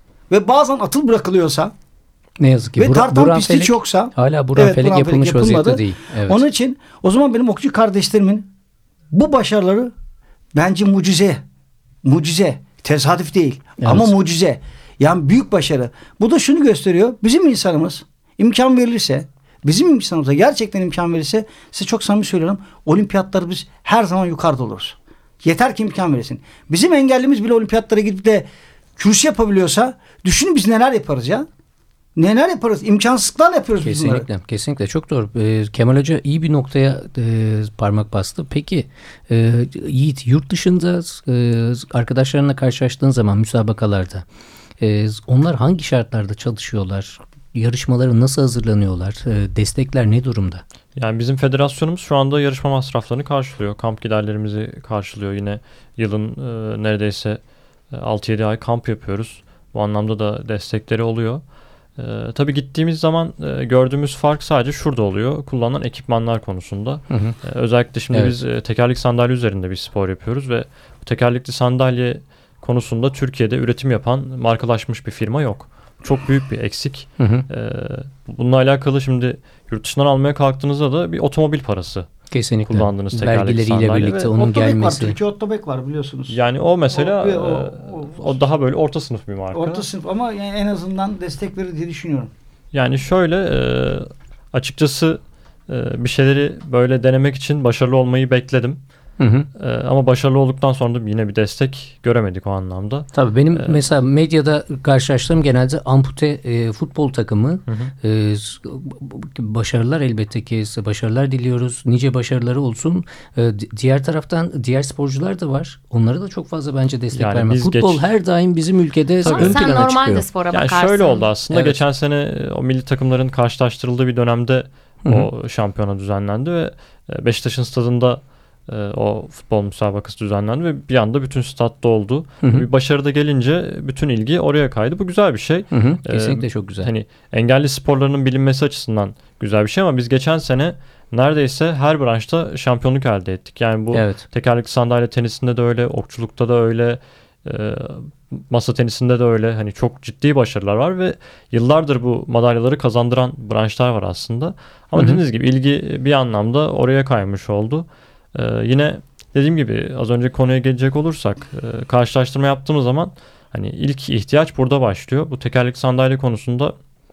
ve bazen atıl bırakılıyorsa ne yazık ki ve Bura, tartan pisti hiç yoksa hala Buran evet, Felek Buran yapılmış Felek vaziyette değil. Evet. Onun için o zaman benim okçu kardeşlerimin bu başarıları bence mucize. Mucize. Tesadüf değil. Evet. Ama mucize. Yani büyük başarı. Bu da şunu gösteriyor. Bizim insanımız imkan verilirse, bizim insanımıza gerçekten imkan verirse, size çok samimi söylüyorum, olimpiyatları biz her zaman yukarıda oluruz. Yeter ki imkan verirsin. Bizim engellimiz bile olimpiyatlara gidip de kürsü yapabiliyorsa düşünün biz neler yaparız ya. Neler yaparız? İmkansızlıklar yapıyoruz biz bunları. Kesinlikle. Kesinlikle. Çok doğru. Ee, Kemal Hoca iyi bir noktaya e, parmak bastı. Peki e, Yiğit, yurt dışında e, arkadaşlarınla karşılaştığın zaman müsabakalarda e, onlar hangi şartlarda çalışıyorlar? Yarışmalara nasıl hazırlanıyorlar? E, destekler ne durumda? Yani bizim federasyonumuz şu anda yarışma masraflarını karşılıyor. Kamp giderlerimizi karşılıyor. Yine yılın e, neredeyse altı yedi ay kamp yapıyoruz. Bu anlamda da destekleri oluyor. Ee, tabii gittiğimiz zaman e, gördüğümüz fark sadece şurada oluyor. Kullanılan ekipmanlar konusunda. Hı hı. Ee, özellikle şimdi evet. biz e, tekerlekli sandalye üzerinde bir spor yapıyoruz ve bu tekerlekli sandalye konusunda Türkiye'de üretim yapan markalaşmış bir firma yok. Çok büyük bir eksik. Hı hı. Ee, bununla alakalı şimdi yurt dışından almaya kalktığınızda da bir otomobil parası. Kesinlikle. Kullandığınız tekerlekli sandalye. Birlikte ve onun gelmesi. Var, Türkiye Otobek var biliyorsunuz. Yani o mesela o, o, o, o daha böyle orta sınıf bir marka. Orta sınıf ama yani en azından destek verir diye düşünüyorum. Yani şöyle e, açıkçası e, bir şeyleri böyle denemek için başarılı olmayı bekledim. Hı hı. Ee, ama başarılı olduktan sonra da yine bir destek göremedik o anlamda. Tabii benim ee, mesela medyada karşılaştığım genelde ampute e, futbol takımı. Hı hı. E, başarılar elbette ki başarılar diliyoruz. Nice başarıları olsun. E, diğer taraftan diğer sporcular da var. Onlara da çok fazla bence destek yani vermek. Futbol geç... her daim bizim ülkede Tabii. ön plana çıkıyor. Sen normalde spora yani bakarsın. Şöyle oldu aslında. Evet. Geçen sene o milli takımların karşılaştırıldığı bir dönemde hı hı. o şampiyona düzenlendi ve Beşiktaş'ın stadında o futbol müsabakası düzenlendi ve bir anda bütün stat doldu. Hı hı. Bir başarı da gelince bütün ilgi oraya kaydı. Bu güzel bir şey. Hı hı. Kesinlikle ee, çok güzel. Hani engelli sporlarının bilinmesi açısından güzel bir şey ama biz geçen sene neredeyse her branşta şampiyonluk elde ettik. Yani bu evet. tekerlekli sandalye tenisinde de öyle, okçulukta da öyle, e, masa tenisinde de öyle. Hani çok ciddi başarılar var ve yıllardır bu madalyaları kazandıran branşlar var aslında. Ama hı hı. dediğiniz gibi ilgi bir anlamda oraya kaymış oldu. Ee, yine dediğim gibi az önce konuya gelecek olursak e, karşılaştırma yaptığımız zaman hani ilk ihtiyaç burada başlıyor. Bu tekerlekli sandalye konusunda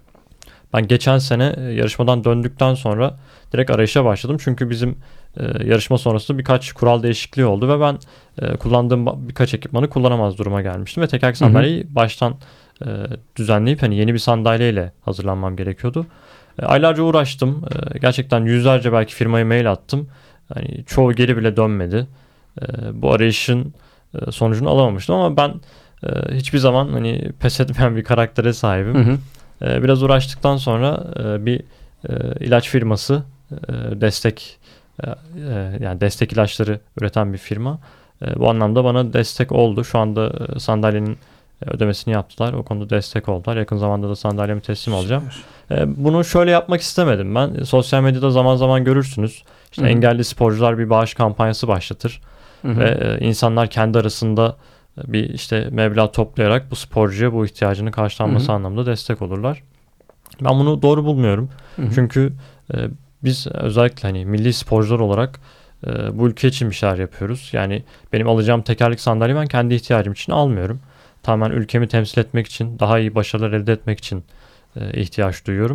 ben geçen sene e, yarışmadan döndükten sonra direkt arayışa başladım. Çünkü bizim e, yarışma sonrası birkaç kural değişikliği oldu ve ben e, kullandığım birkaç ekipmanı kullanamaz duruma gelmiştim. Ve tekerlekli sandalyeyi hı hı. baştan e, düzenleyip hani yeni bir sandalyeyle hazırlanmam gerekiyordu. E, aylarca uğraştım. E, gerçekten yüzlerce belki firmaya mail attım. Yani çoğu geri bile dönmedi. E, bu arayışın e, sonucunu alamamıştım ama ben e, hiçbir zaman hani pes etmeyen bir karaktere sahibim. Hı hı. E, biraz uğraştıktan sonra e, bir e, ilaç firması e, destek e, yani destek ilaçları üreten bir firma. E, bu anlamda bana destek oldu. Şu anda e, sandalyenin ödemesini yaptılar. O konuda destek oldular. Yakın zamanda da sandalyemi teslim alacağım. E, bunu şöyle yapmak istemedim ben. Sosyal medyada zaman zaman görürsünüz. İşte hı-hı. engelli sporcular bir bağış kampanyası başlatır. Hı-hı. Ve e, insanlar kendi arasında bir işte meblağ toplayarak bu sporcuya bu ihtiyacını karşılanması hı-hı. anlamda destek olurlar. Ben bunu doğru bulmuyorum. Hı-hı. Çünkü e, biz özellikle hani milli sporcular olarak e, bu ülke için bir şeyler yapıyoruz. Yani benim alacağım tekerlek sandalye ben kendi ihtiyacım için almıyorum. Tamamen ülkemi temsil etmek için, daha iyi başarılar elde etmek için e, ihtiyaç duyuyorum.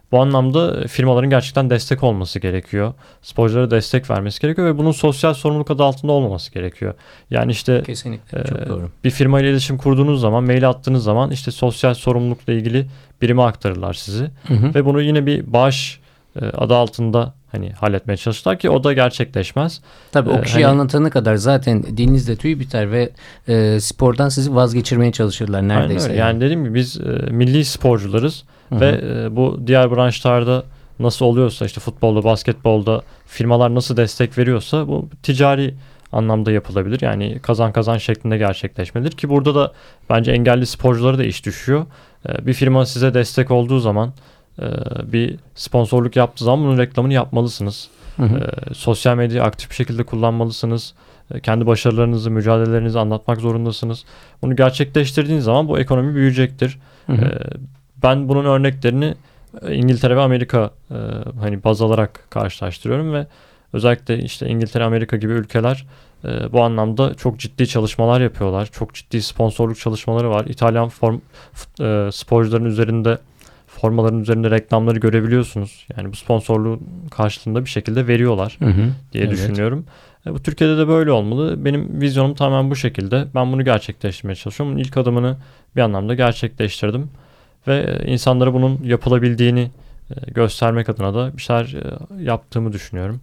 Bu anlamda firmaların gerçekten destek olması gerekiyor. Sporculara destek vermesi gerekiyor ve bunun sosyal sorumluluk adı altında olmaması gerekiyor. Yani işte Kesinlikle, e, çok doğru. bir firma ile iletişim kurduğunuz zaman, mail attığınız zaman işte sosyal sorumlulukla ilgili birime aktarırlar sizi. Hı hı. Ve bunu yine bir bağış e, adı altında hani halletmeye çalıştılar ki o da gerçekleşmez. Tabii Ee, o kişiyi hani- anlatana kadar zaten dilinizde tüy biter ve e, spordan sizi vazgeçirmeye çalışırlar neredeyse. Aynen öyle. Yani dediğim gibi biz e, milli sporcularız. Hı-hı. Ve e, bu diğer branşlarda nasıl oluyorsa, işte futbolda, basketbolda firmalar nasıl destek veriyorsa bu ticari anlamda yapılabilir. Yani kazan kazan şeklinde gerçekleşmelidir ki burada da bence engelli sporculara da iş düşüyor. E, bir firma size destek olduğu zaman, e, bir sponsorluk yaptığı zaman bunun reklamını yapmalısınız. Hı hı. E, sosyal medyayı aktif bir şekilde kullanmalısınız. E, kendi başarılarınızı, mücadelelerinizi anlatmak zorundasınız. Bunu gerçekleştirdiğiniz zaman bu ekonomi büyüyecektir. Hı hı. E, ben bunun örneklerini İngiltere ve Amerika e, hani baz alarak karşılaştırıyorum ve özellikle işte İngiltere, Amerika gibi ülkeler e, bu anlamda çok ciddi çalışmalar yapıyorlar. Çok ciddi sponsorluk çalışmaları var. İtalyan form, e, sporcuların üzerinde, formaların üzerinde reklamları görebiliyorsunuz. Yani bu sponsorluğun karşılığında bir şekilde veriyorlar Hı hı. diye Evet. düşünüyorum. E, bu Türkiye'de de böyle olmalı. Benim vizyonum tamamen bu şekilde. Ben bunu gerçekleştirmeye çalışıyorum. Bunun ilk adımını bir anlamda gerçekleştirdim. Ve insanlara bunun yapılabildiğini göstermek adına da bir şeyler yaptığımı düşünüyorum.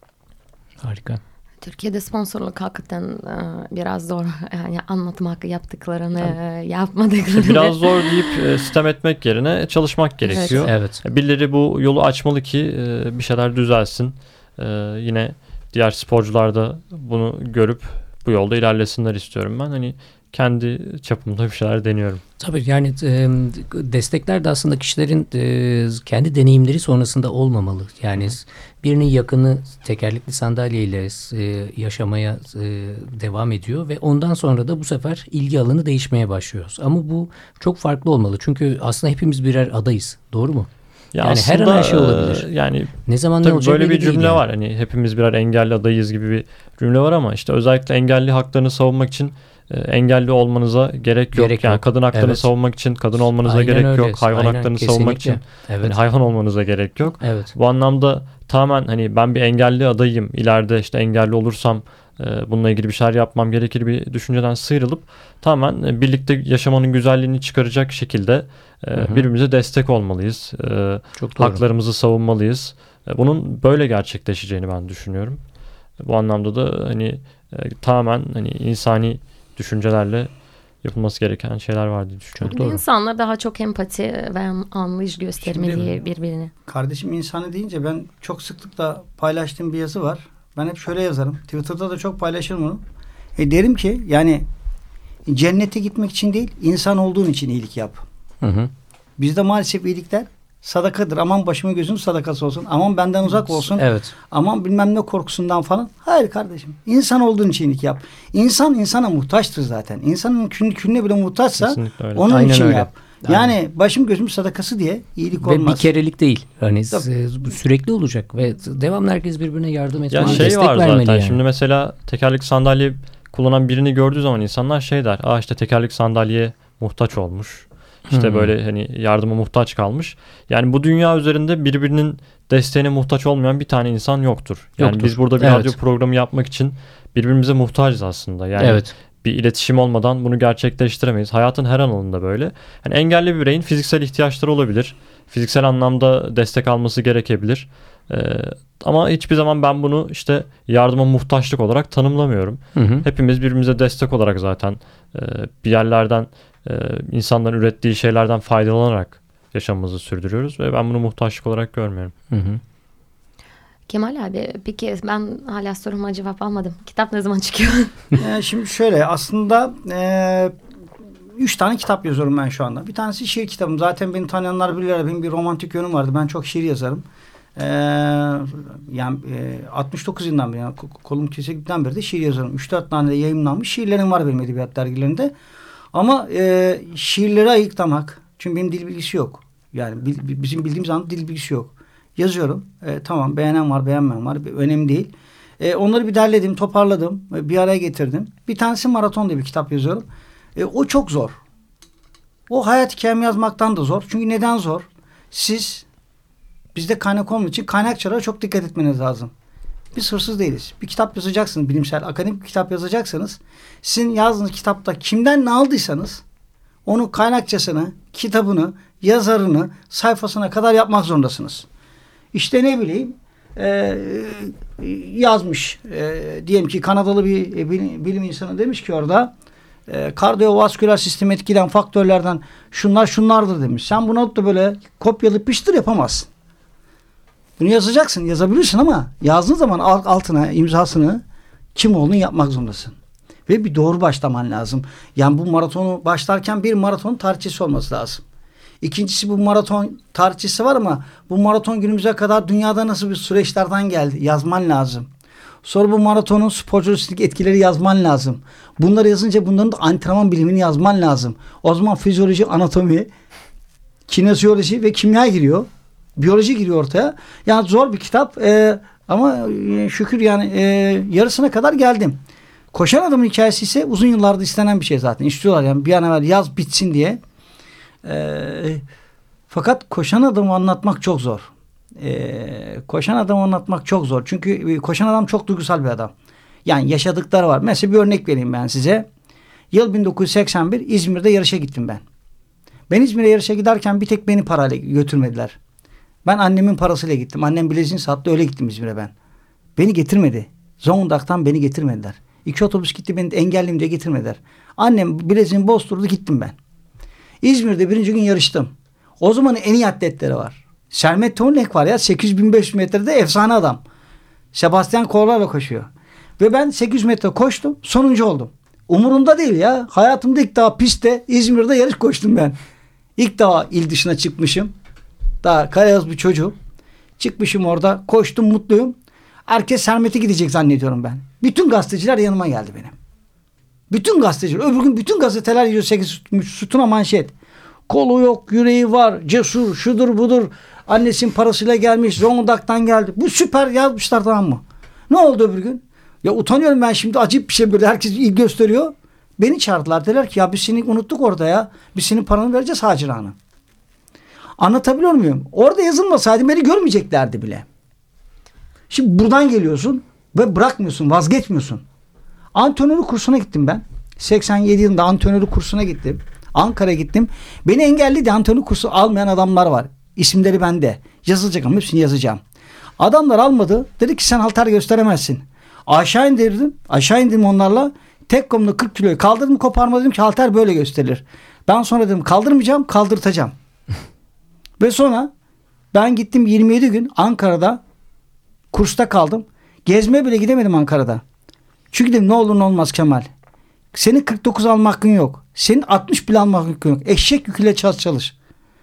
Harika. Türkiye'de sponsorluk hakikaten biraz zor, yani anlatmak, yaptıklarını, Tabii. yapmadıklarını. Biraz zor deyip sitem etmek yerine çalışmak gerekiyor. Evet. Birileri bu yolu açmalı ki bir şeyler düzelsin. Yine diğer sporcular da bunu görüp bu yolda ilerlesinler istiyorum ben. Hani kendi çapımda bir şeyler deniyorum. Tabii yani e, destekler de aslında kişilerin e, kendi deneyimleri sonrasında olmamalı. Yani birinin yakını tekerlekli sandalyeyle e, yaşamaya e, devam ediyor ve ondan sonra da bu sefer ilgi alanı değişmeye başlıyor. Ama bu çok farklı olmalı. Çünkü aslında hepimiz birer adayız. Doğru mu? Ya yani her an her şey olabilir. Yani ne zaman ne olacak böyle bir cümle yani. var. Hani hepimiz birer engelli adayız gibi bir cümle var ama işte özellikle engelli haklarını savunmak için engelli olmanıza gerek yok. Gerek yani yok. kadın haklarını Evet. savunmak için kadın olmanıza Aynen gerek öyle. yok. Hayvan Aynen, haklarını kesinlikle. savunmak için evet. yani hayvan olmanıza gerek yok. Evet. Bu anlamda tamamen hani ben bir engelli adayım. İleride işte engelli olursam bununla ilgili bir şeyler yapmam gerekir bir düşünceden sıyrılıp tamamen birlikte yaşamanın güzelliğini çıkaracak şekilde Hı-hı. birbirimize destek olmalıyız. Çok doğru. Haklarımızı savunmalıyız. Bunun böyle gerçekleşeceğini ben düşünüyorum. Bu anlamda da hani tamamen hani insani düşüncelerle yapılması gereken şeyler var diye düşünüyorum. Doğru. İnsanlar daha çok empati ve anlayış göstermeli birbirine. Kardeşim insanı deyince ben çok sıklıkla paylaştığım bir yazı var. Ben hep şöyle yazarım. Twitter'da da çok paylaşırım bunu. E derim ki yani cennete gitmek için değil, insan olduğun için iyilik yap. Hı hı. Bizde maalesef iyilikler sadakadır. Aman başımın gözüm sadakası olsun. Aman benden uzak olsun. Evet. Aman bilmem ne korkusundan falan. Hayır kardeşim. İnsan olduğun için iyilik yap. İnsan insana muhtaçtır zaten. İnsanın kün, kününe bile muhtaçsa onun Aynen için öyle. yap. Yani Aynen. başım gözüm sadakası diye iyilik olmaz. Ve bir kerelik değil. Hani sürekli olacak ve devamlı herkes birbirine yardım etmeli. Ya şey destek var zaten. Yani. Şimdi mesela tekerlekli sandalye kullanan birini gördüğü zaman insanlar şey der. Aa işte tekerlekli sandalyeye muhtaç olmuş. İşte hmm. böyle hani yardıma muhtaç kalmış. Yani bu dünya üzerinde birbirinin desteğine muhtaç olmayan bir tane insan yoktur. Yani yoktur. biz burada bir evet. radyo programı yapmak için birbirimize muhtacız aslında. Yani evet. bir iletişim olmadan bunu gerçekleştiremeyiz. Hayatın her alanında böyle. Yani engelli bir bireyin fiziksel ihtiyaçları olabilir. Fiziksel anlamda destek alması gerekebilir. Ee, ama hiçbir zaman ben bunu işte yardıma muhtaçlık olarak tanımlamıyorum. Hı hı. Hepimiz birbirimize destek olarak zaten e, bir yerlerden e, insanların ürettiği şeylerden faydalanarak yaşamımızı sürdürüyoruz ve ben bunu muhtaçlık olarak görmüyorum. Hı hı. Kemal abi, peki ben hala soruma cevap almadım. Kitap ne zaman çıkıyor? ee, şimdi şöyle aslında e, üç tane kitap yazıyorum ben şu anda. Bir tanesi şiir kitabım. Zaten beni tanıyanlar bilirler. Benim bir romantik yönüm vardı. Ben çok şiir yazarım. Ee, yani e, altmış dokuz yılından beri, yani kolum kesikten beri de şiir yazarım. üç dört tane de yayımlanmış şiirlerim var benim edebiyat dergilerinde. Ama e, şiirleri ayıklamak. Çünkü benim dil bilgisi yok. Yani bil, bizim bildiğimiz anda dil bilgisi yok. Yazıyorum. E, tamam, beğenen var, beğenmeyen var. Önemli değil. E, onları bir derledim, toparladım. Bir araya getirdim. Bir tanesi Maraton diye bir kitap yazıyorum. E, o çok zor. O hayat hikayemi yazmaktan da zor. Çünkü neden zor? Siz bizde kaynak olmadığı için kaynakçalara çok dikkat etmeniz lazım. Biz hırsız değiliz. Bir kitap yazacaksınız, bilimsel, akademik bir kitap yazacaksanız, sizin yazdığınız kitapta kimden ne aldıysanız onun kaynakçasını, kitabını, yazarını, sayfasına kadar yapmak zorundasınız. İşte ne bileyim e, yazmış e, diyelim ki Kanadalı bir e, bilim, bilim insanı demiş ki orada e, kardiyovasküler sistemi etkileyen faktörlerden şunlar şunlardır demiş. Sen bunu alıp da böyle kopyalayıp piştir yapamazsın. Bunu yazacaksın, yazabilirsin ama yazdığın zaman altına imzasını kim olduğunu yapmak zorundasın. Ve bir doğru başlaman lazım. Yani bu maratonu başlarken bir maraton tarihçisi olması lazım. İkincisi bu maraton tarihçisi var ama bu maraton günümüze kadar dünyada nasıl bir süreçlerden geldi yazman lazım. Sonra bu maratonun sporculuk etkileri yazman lazım. Bunları yazınca bunların da antrenman bilimini yazman lazım. O zaman fizyoloji, anatomi, kinezyoloji ve kimya giriyor. Biyoloji giriyor ortaya. Yani zor bir kitap e, ama e, şükür yani e, yarısına kadar geldim. Koşan adamın hikayesi ise uzun yıllardır istenen bir şey zaten. İstiyorlar yani bir an evvel yaz bitsin diye. E, fakat koşan adamı anlatmak çok zor. E, koşan adamı anlatmak çok zor. Çünkü koşan adam çok duygusal bir adam. Yani yaşadıkları var. Mesela bir örnek vereyim ben size. Yıl bin dokuz yüz seksen bir İzmir'de yarışa gittim ben. Ben İzmir'e yarışa giderken bir tek beni parayla götürmediler. Ben annemin parasıyla gittim. Annem bileziğini sattı, öyle gittim İzmir'e ben. Beni getirmedi. Zonguldak'tan beni getirmediler. İki otobüs gitti, beni engelliyim diye getirmediler. Annem bileziğini bozdurdu, gittim ben. İzmir'de birinci gün yarıştım. O zamanın en iyi atletleri var. Sermet Tonlek var ya, sekiz yüz bin beş yüz metrede efsane adam. Sebastian Korlar'la koşuyor. Ve ben sekiz yüz metre koştum, sonuncu oldum. Umurumda değil ya. Hayatımda ilk defa pistte İzmir'de yarış koştum ben. İlk defa il dışına çıkmışım. Daha karayaz bir çocuğum. Çıkmışım orada. Koştum, mutluyum. Herkes Sermet'e gidecek zannediyorum ben. Bütün gazeteciler yanıma geldi benim. Bütün gazeteciler. Öbür gün bütün gazeteler yüz sekiz sütuna manşet. Kolu yok, yüreği var, cesur, şudur budur. Annesinin parasıyla gelmiş, Zonguldak'tan geldi. Bu süper yazmışlar, tamam mı? Ne oldu öbür gün? Ya utanıyorum ben şimdi, acayip bir şey böyle. Herkes ilgi gösteriyor. Beni çağırdılar. Dediler ki ya biz seni unuttuk orada ya. Biz senin paranı vereceğiz Haciran'a. Anlatabiliyor muyum? Orada yazılmasaydı beni görmeyeceklerdi bile. Şimdi buradan geliyorsun ve bırakmıyorsun, vazgeçmiyorsun. Antrenörlük kursuna gittim ben. seksen yedi yılında antrenörlük kursuna gittim. Ankara'ya gittim. Beni engelledi, antrenörlük kursu almayan adamlar var. İsimleri bende. Yazılacak ama hepsini yazacağım. Adamlar almadı. Dedi ki sen halter gösteremezsin. Aşağı indirdim. Aşağı indim onlarla. Tek kolumda kırk kiloyu kaldırdım, koparma, dedim ki halter böyle gösterilir. Ben sonra dedim kaldırmayacağım, kaldırtacağım. Ve sonra ben gittim yirmi yedi gün Ankara'da kursta kaldım. Gezmeye bile gidemedim Ankara'da. Çünkü dedim ne olur ne olmaz Kemal. Senin kırk dokuz alma hakkın yok. Senin altmış bile alma hakkın yok. Eşek yüküyle çalış çalış.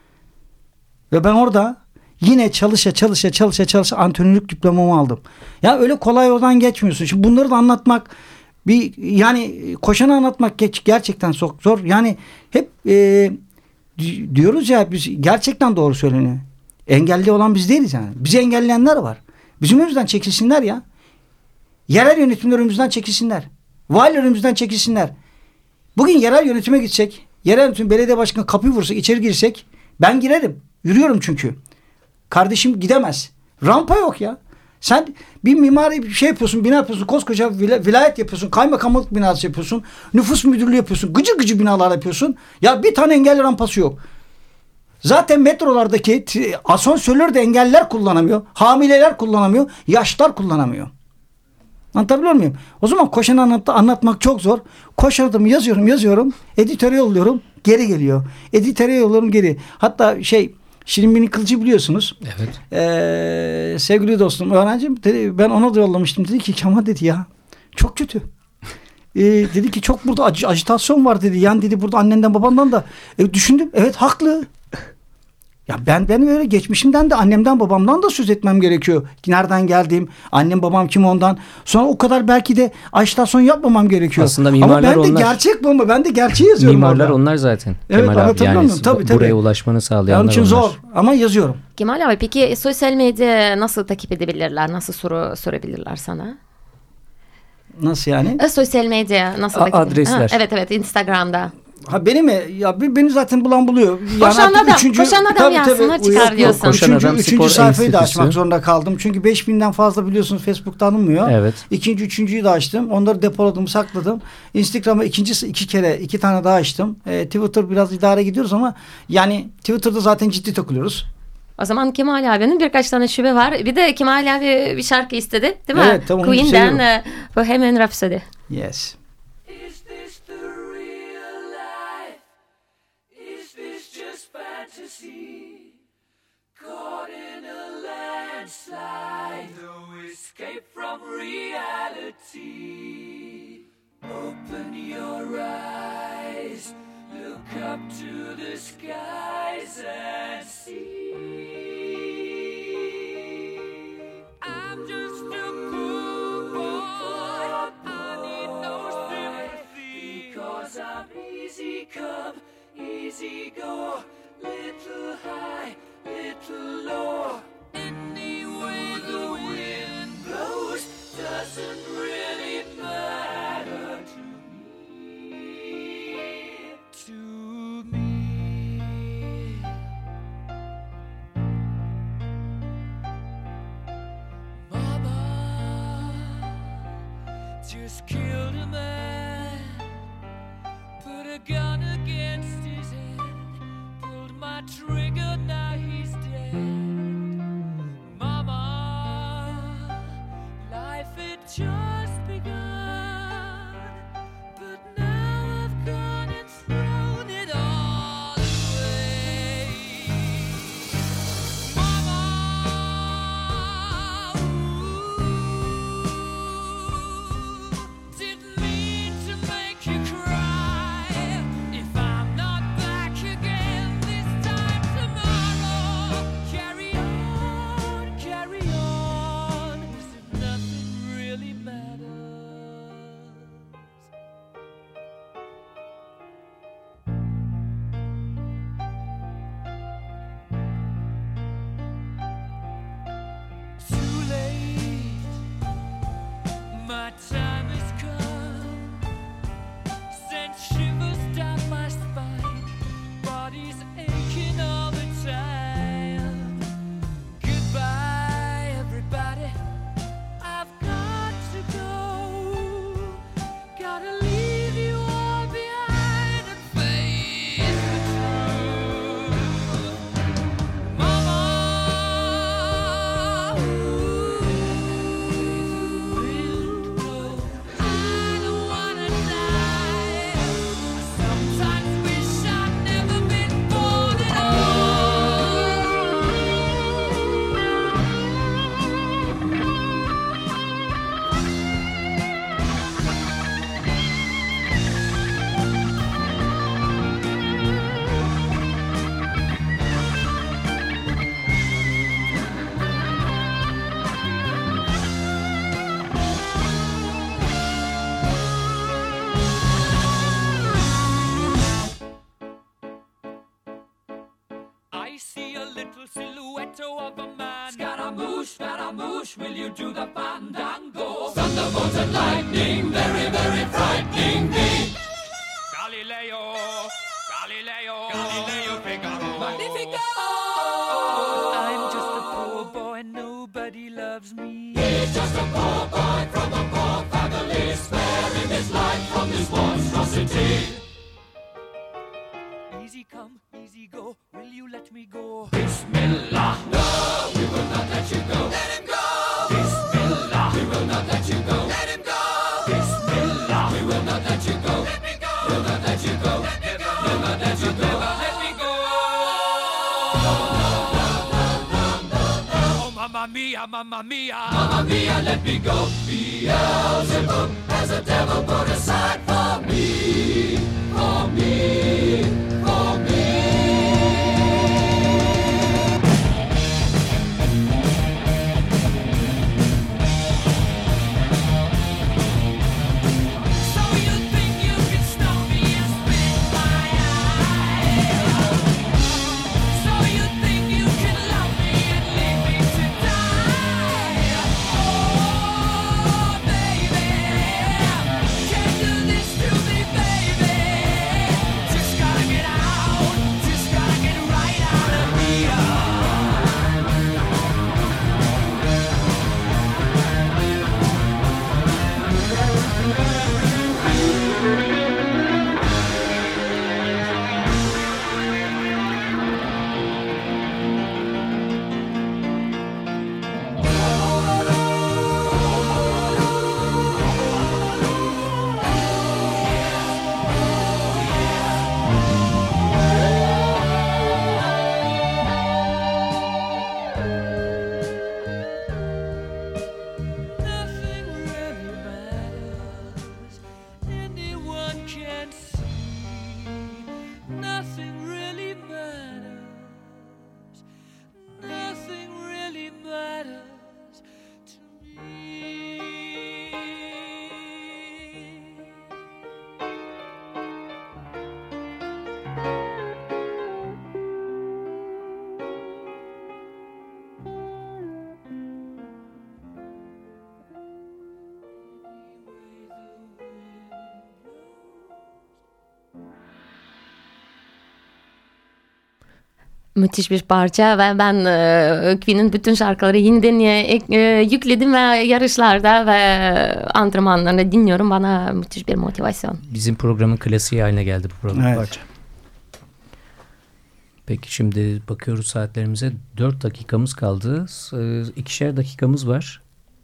Ve ben orada yine çalışa çalışa çalışa çalışa antrenörlük diplomamı aldım. Ya öyle kolay yoldan geçmiyorsun. Şimdi bunları da anlatmak bir yani koşanı anlatmak geç, gerçekten çok zor. Yani hep e, diyoruz ya, biz gerçekten doğru söyleniyor. Engelli olan biz değiliz yani. Bizi engelleyenler var. Bizim önümüzden çekilsinler ya. Yerel yönetimler önümüzden çekilsinler. Valiler önümüzden çekilsinler. Bugün yerel yönetime gitsek, yerel yönetim belediye başkanı kapıyı vursa, içeri girsek, ben girerim. Yürüyorum çünkü. Kardeşim gidemez. Rampa yok ya. Sen bir mimari bir şey yapıyorsun, bina yapıyorsun, koskoca vilayet yapıyorsun, kaymakamlık binası yapıyorsun, nüfus müdürlüğü yapıyorsun, gıcı gıcı binalar yapıyorsun. Ya bir tane engelli rampası yok. Zaten metrolardaki asansörleri de engelliler kullanamıyor, hamileler kullanamıyor, yaşlılar kullanamıyor. Anlatabiliyor muyum? O zaman koşanı anlat, anlatmak çok zor. Koşardım, yazıyorum, yazıyorum, editöre yolluyorum, geri geliyor. Editöre yolluyorum, geri. Hatta şey, Şirin Bini Kılıcı biliyorsunuz. Evet. Ee, sevgili dostum, öğrencim, dedi, ben ona da yollamıştım. Dedi ki Kemal dedi ya, çok kötü. Ee, dedi ki çok burada ac- ajitasyon var dedi. Yani dedi burada annenden babandan da. E, düşündüm, evet haklı. Ya ben ben öyle geçmişimden de annemden babamdan da söz etmem gerekiyor. Nereden geldiğim, annem babam kim ondan. Sonra o kadar belki de ajitasyon yapmamam gerekiyor. Aslında mimarlar onlar. Ama ben de onlar. gerçek bomba. Ben de gerçeği yazıyorum. Mimarlar orada. onlar zaten. Evet, Kemal abi yani tabii, tabii. buraya ulaşmanı sağlayanlar onun için onlar. zor ama yazıyorum. Kemal abi peki sosyal medya nasıl takip edebilirler? Nasıl soru sorabilirler sana? Nasıl yani? E, sosyal medya nasıl A- takip adresler. Ha, evet evet Instagram'da. Ha beni mi? Ya beni zaten bulan buluyor. Yani koşan adam, üçüncü, koşan adam tabii, yazsına tabii, çıkar yok, diyorsun. yok. Üçüncü, Adam üçüncü sayfayı da Enstitüsü. açmak zorunda kaldım. Çünkü beş binden fazla biliyorsunuz Facebook'ta tanınmıyor. Evet. İkinci, üçüncüyü de açtım. Onları depoladım, sakladım. Instagram'a ikincisi iki kere, iki tane daha açtım. E, Twitter biraz idare gidiyoruz ama yani Twitter'da zaten ciddi takılıyoruz. O zaman Kemal abinin birkaç tane şube var. Bir de Kemal abi bir şarkı istedi, değil mi? Evet, tamam, onu Queen'den seviyorum. e, Bohemian Rhapsody. Yes. Is this the real life? Is this just fantasy? Caught in a landslide, no escape from reality. Open your eyes, look up to the skies and see. I'm just a poor boy, I need no sympathy, because I'm easy come, easy go, little high, little low. Any way the wind blows doesn't really matter to me, to me. Mama just killed a man, put a gun against his head, pulled my trigger, now he's dead. Mama, life had just begun, but now I've gone and thrown it all away. Mama, ooh, didn't mean to make you cry. If I'm not back again this time tomorrow, carry on, carry on, as if nothing really matters. Too late, my time has come, sent shivers down my spine, body's aching all the time. Goodbye, everybody, I've got to go, gotta leave you all behind and face the truth. Mama, ooh, I don't wanna die. I sometimes wish I'd never been born at all. I see a little silhouette of a man. Scaramouche, Scaramouche, will you do the fandango? Thunderbolts and lightning, very, very frightening me. Galileo, Galileo, Galileo Figaro. Magnifico! I'm just a poor boy, nobody loves me. He's just a poor boy from a poor family, sparing his life from this monstrosity. Easy come, easy go, will you let me go? Bismillah, no, we will not let you go. Let him go! Bismillah, we will not let you go. Let him go! Bismillah, we will not let you go. Let me go! We'll not let you go. Let me go! We'll not let you go. Let me go! Oh, mamma mia, mamma mia. Mamma mia, let me go. Beelzebub has a devil put aside for me. For me. For me. So you think you can stop me and spit my eye? So you think you can love me and leave me to die? Oh, baby, can't do this to me, baby. Müthiş bir parça ve ben e, Queen'in bütün şarkıları yeniden e, e, yükledim ve yarışlarda ve antrenmanlarında dinliyorum. Bana müthiş bir motivasyon. Bizim programın klasiği haline geldi bu program Evet. parça. Peki şimdi bakıyoruz saatlerimize. dört dakikamız kaldı. Ee, ikişer dakikamız var.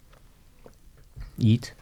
Yiğit.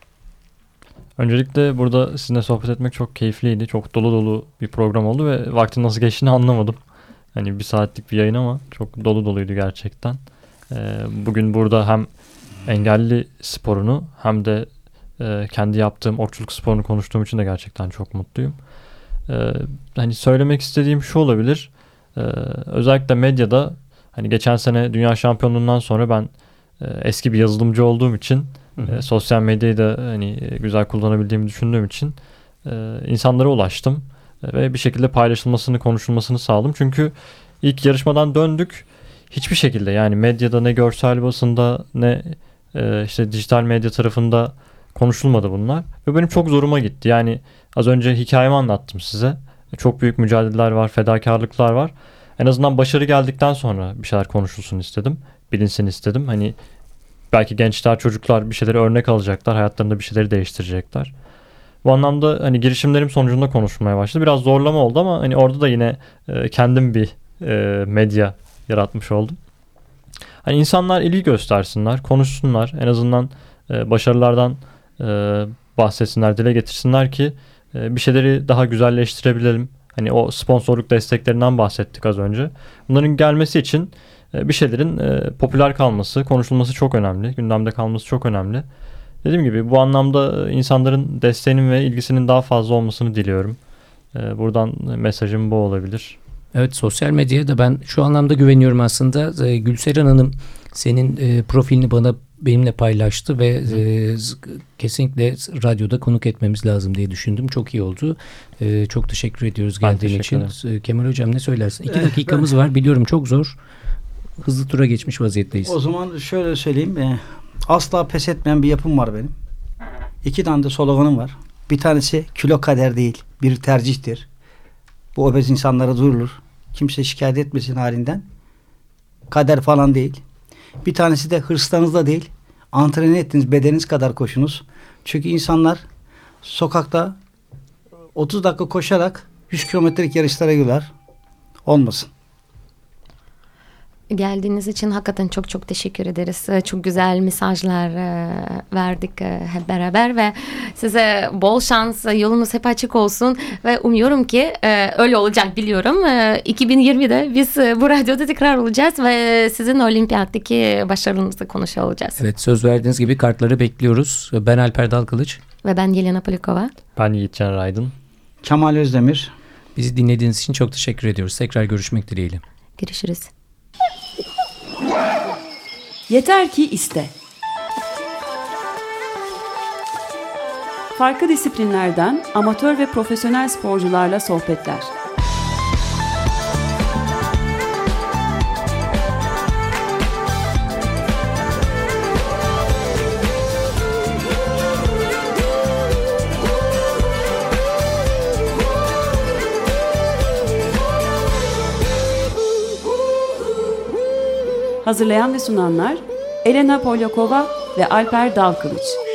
Öncelikle burada sizinle sohbet etmek çok keyifliydi. Çok dolu dolu bir program oldu ve vaktin nasıl geçtiğini anlamadım. Hani bir saatlik bir yayın ama çok dolu doluydu gerçekten. Ee, bugün burada hem engelli sporunu hem de e, kendi yaptığım okçuluk sporunu konuştuğum için de gerçekten çok mutluyum. Ee, hani söylemek istediğim şu olabilir. Ee, özellikle medyada hani geçen sene dünya şampiyonluğundan sonra ben e, eski bir yazılımcı olduğum için hı hı. E, sosyal medyayı da hani güzel kullanabildiğimi düşündüğüm için e, insanlara ulaştım e, ve bir şekilde paylaşılmasını, konuşulmasını sağladım. Çünkü ilk yarışmadan döndük. Hiçbir şekilde yani medyada ne görsel basında ne e, işte dijital medya tarafında konuşulmadı bunlar. Ve benim çok zoruma gitti. Yani az önce hikayemi anlattım size. Çok büyük mücadeleler var, fedakarlıklar var. En azından başarı geldikten sonra bir şeyler konuşulsun istedim. Bilinsin istedim. Hani belki gençler, çocuklar bir şeyleri örnek alacaklar. Hayatlarında bir şeyleri değiştirecekler. Bu anlamda hani girişimlerim sonucunda konuşmaya başladı. Biraz zorlama oldu ama hani orada da yine e, kendim bir e, medya yaratmış oldum. Hani insanlar ilgi göstersinler, konuşsunlar. En azından e, başarılardan e, bahsetsinler, dile getirsinler ki e, bir şeyleri daha güzelleştirebilelim. Hani o sponsorluk desteklerinden bahsettik az önce. Bunların gelmesi için e, bir şeylerin e, popüler kalması, konuşulması çok önemli. Gündemde kalması çok önemli. Dediğim gibi bu anlamda insanların desteğinin ve ilgisinin daha fazla olmasını diliyorum. E, buradan mesajım bu olabilir. Evet, sosyal medyaya da ben şu anlamda güveniyorum aslında. E, Gülseren Hanım senin e, profilini bana benimle paylaştı ve e, kesinlikle radyoda konuk etmemiz lazım diye düşündüm. Çok iyi oldu. E, çok teşekkür ediyoruz geldiğin için. E, Kemal Hocam ne söylersin? İki dakikamız var. Biliyorum çok zor. Hızlı tura geçmiş vaziyetteyiz. O zaman şöyle söyleyeyim. E, asla pes etmeyen bir yapım var benim. İki tane de sloganım var. Bir tanesi kilo kader değil, bir tercihtir. Bu obez insanlara duyurulur. Kimse şikayet etmesin halinden. Kader falan değil. Bir tanesi de hırslarınızda değil, antrenman ettiğiniz bedeniniz kadar koşunuz. Çünkü insanlar sokakta otuz dakika koşarak yüz kilometrelik yarışlara girer. Olmasın. Geldiğiniz için hakikaten çok çok teşekkür ederiz. Çok güzel mesajlar verdik hep beraber ve size bol şans, yolunuz hep açık olsun ve umuyorum ki öyle olacak biliyorum. iki bin yirmide biz bu radyoda tekrar olacağız ve sizin olimpiyattaki başarınızı konuşuyor olacağız. Evet, söz verdiğiniz gibi kartları bekliyoruz. Ben Alper Dalkılıç. Ve ben Yelena Polikova. Ben Yiğitcan Raydın. Kemal Özdemir. Bizi dinlediğiniz için çok teşekkür ediyoruz. Tekrar görüşmek dileğiyle. Görüşürüz. Yeter ki iste. Farklı disiplinlerden amatör ve profesyonel sporcularla sohbetler. Hazırlayan ve sunanlar Elena Polyakova ve Alper Dalkılıç.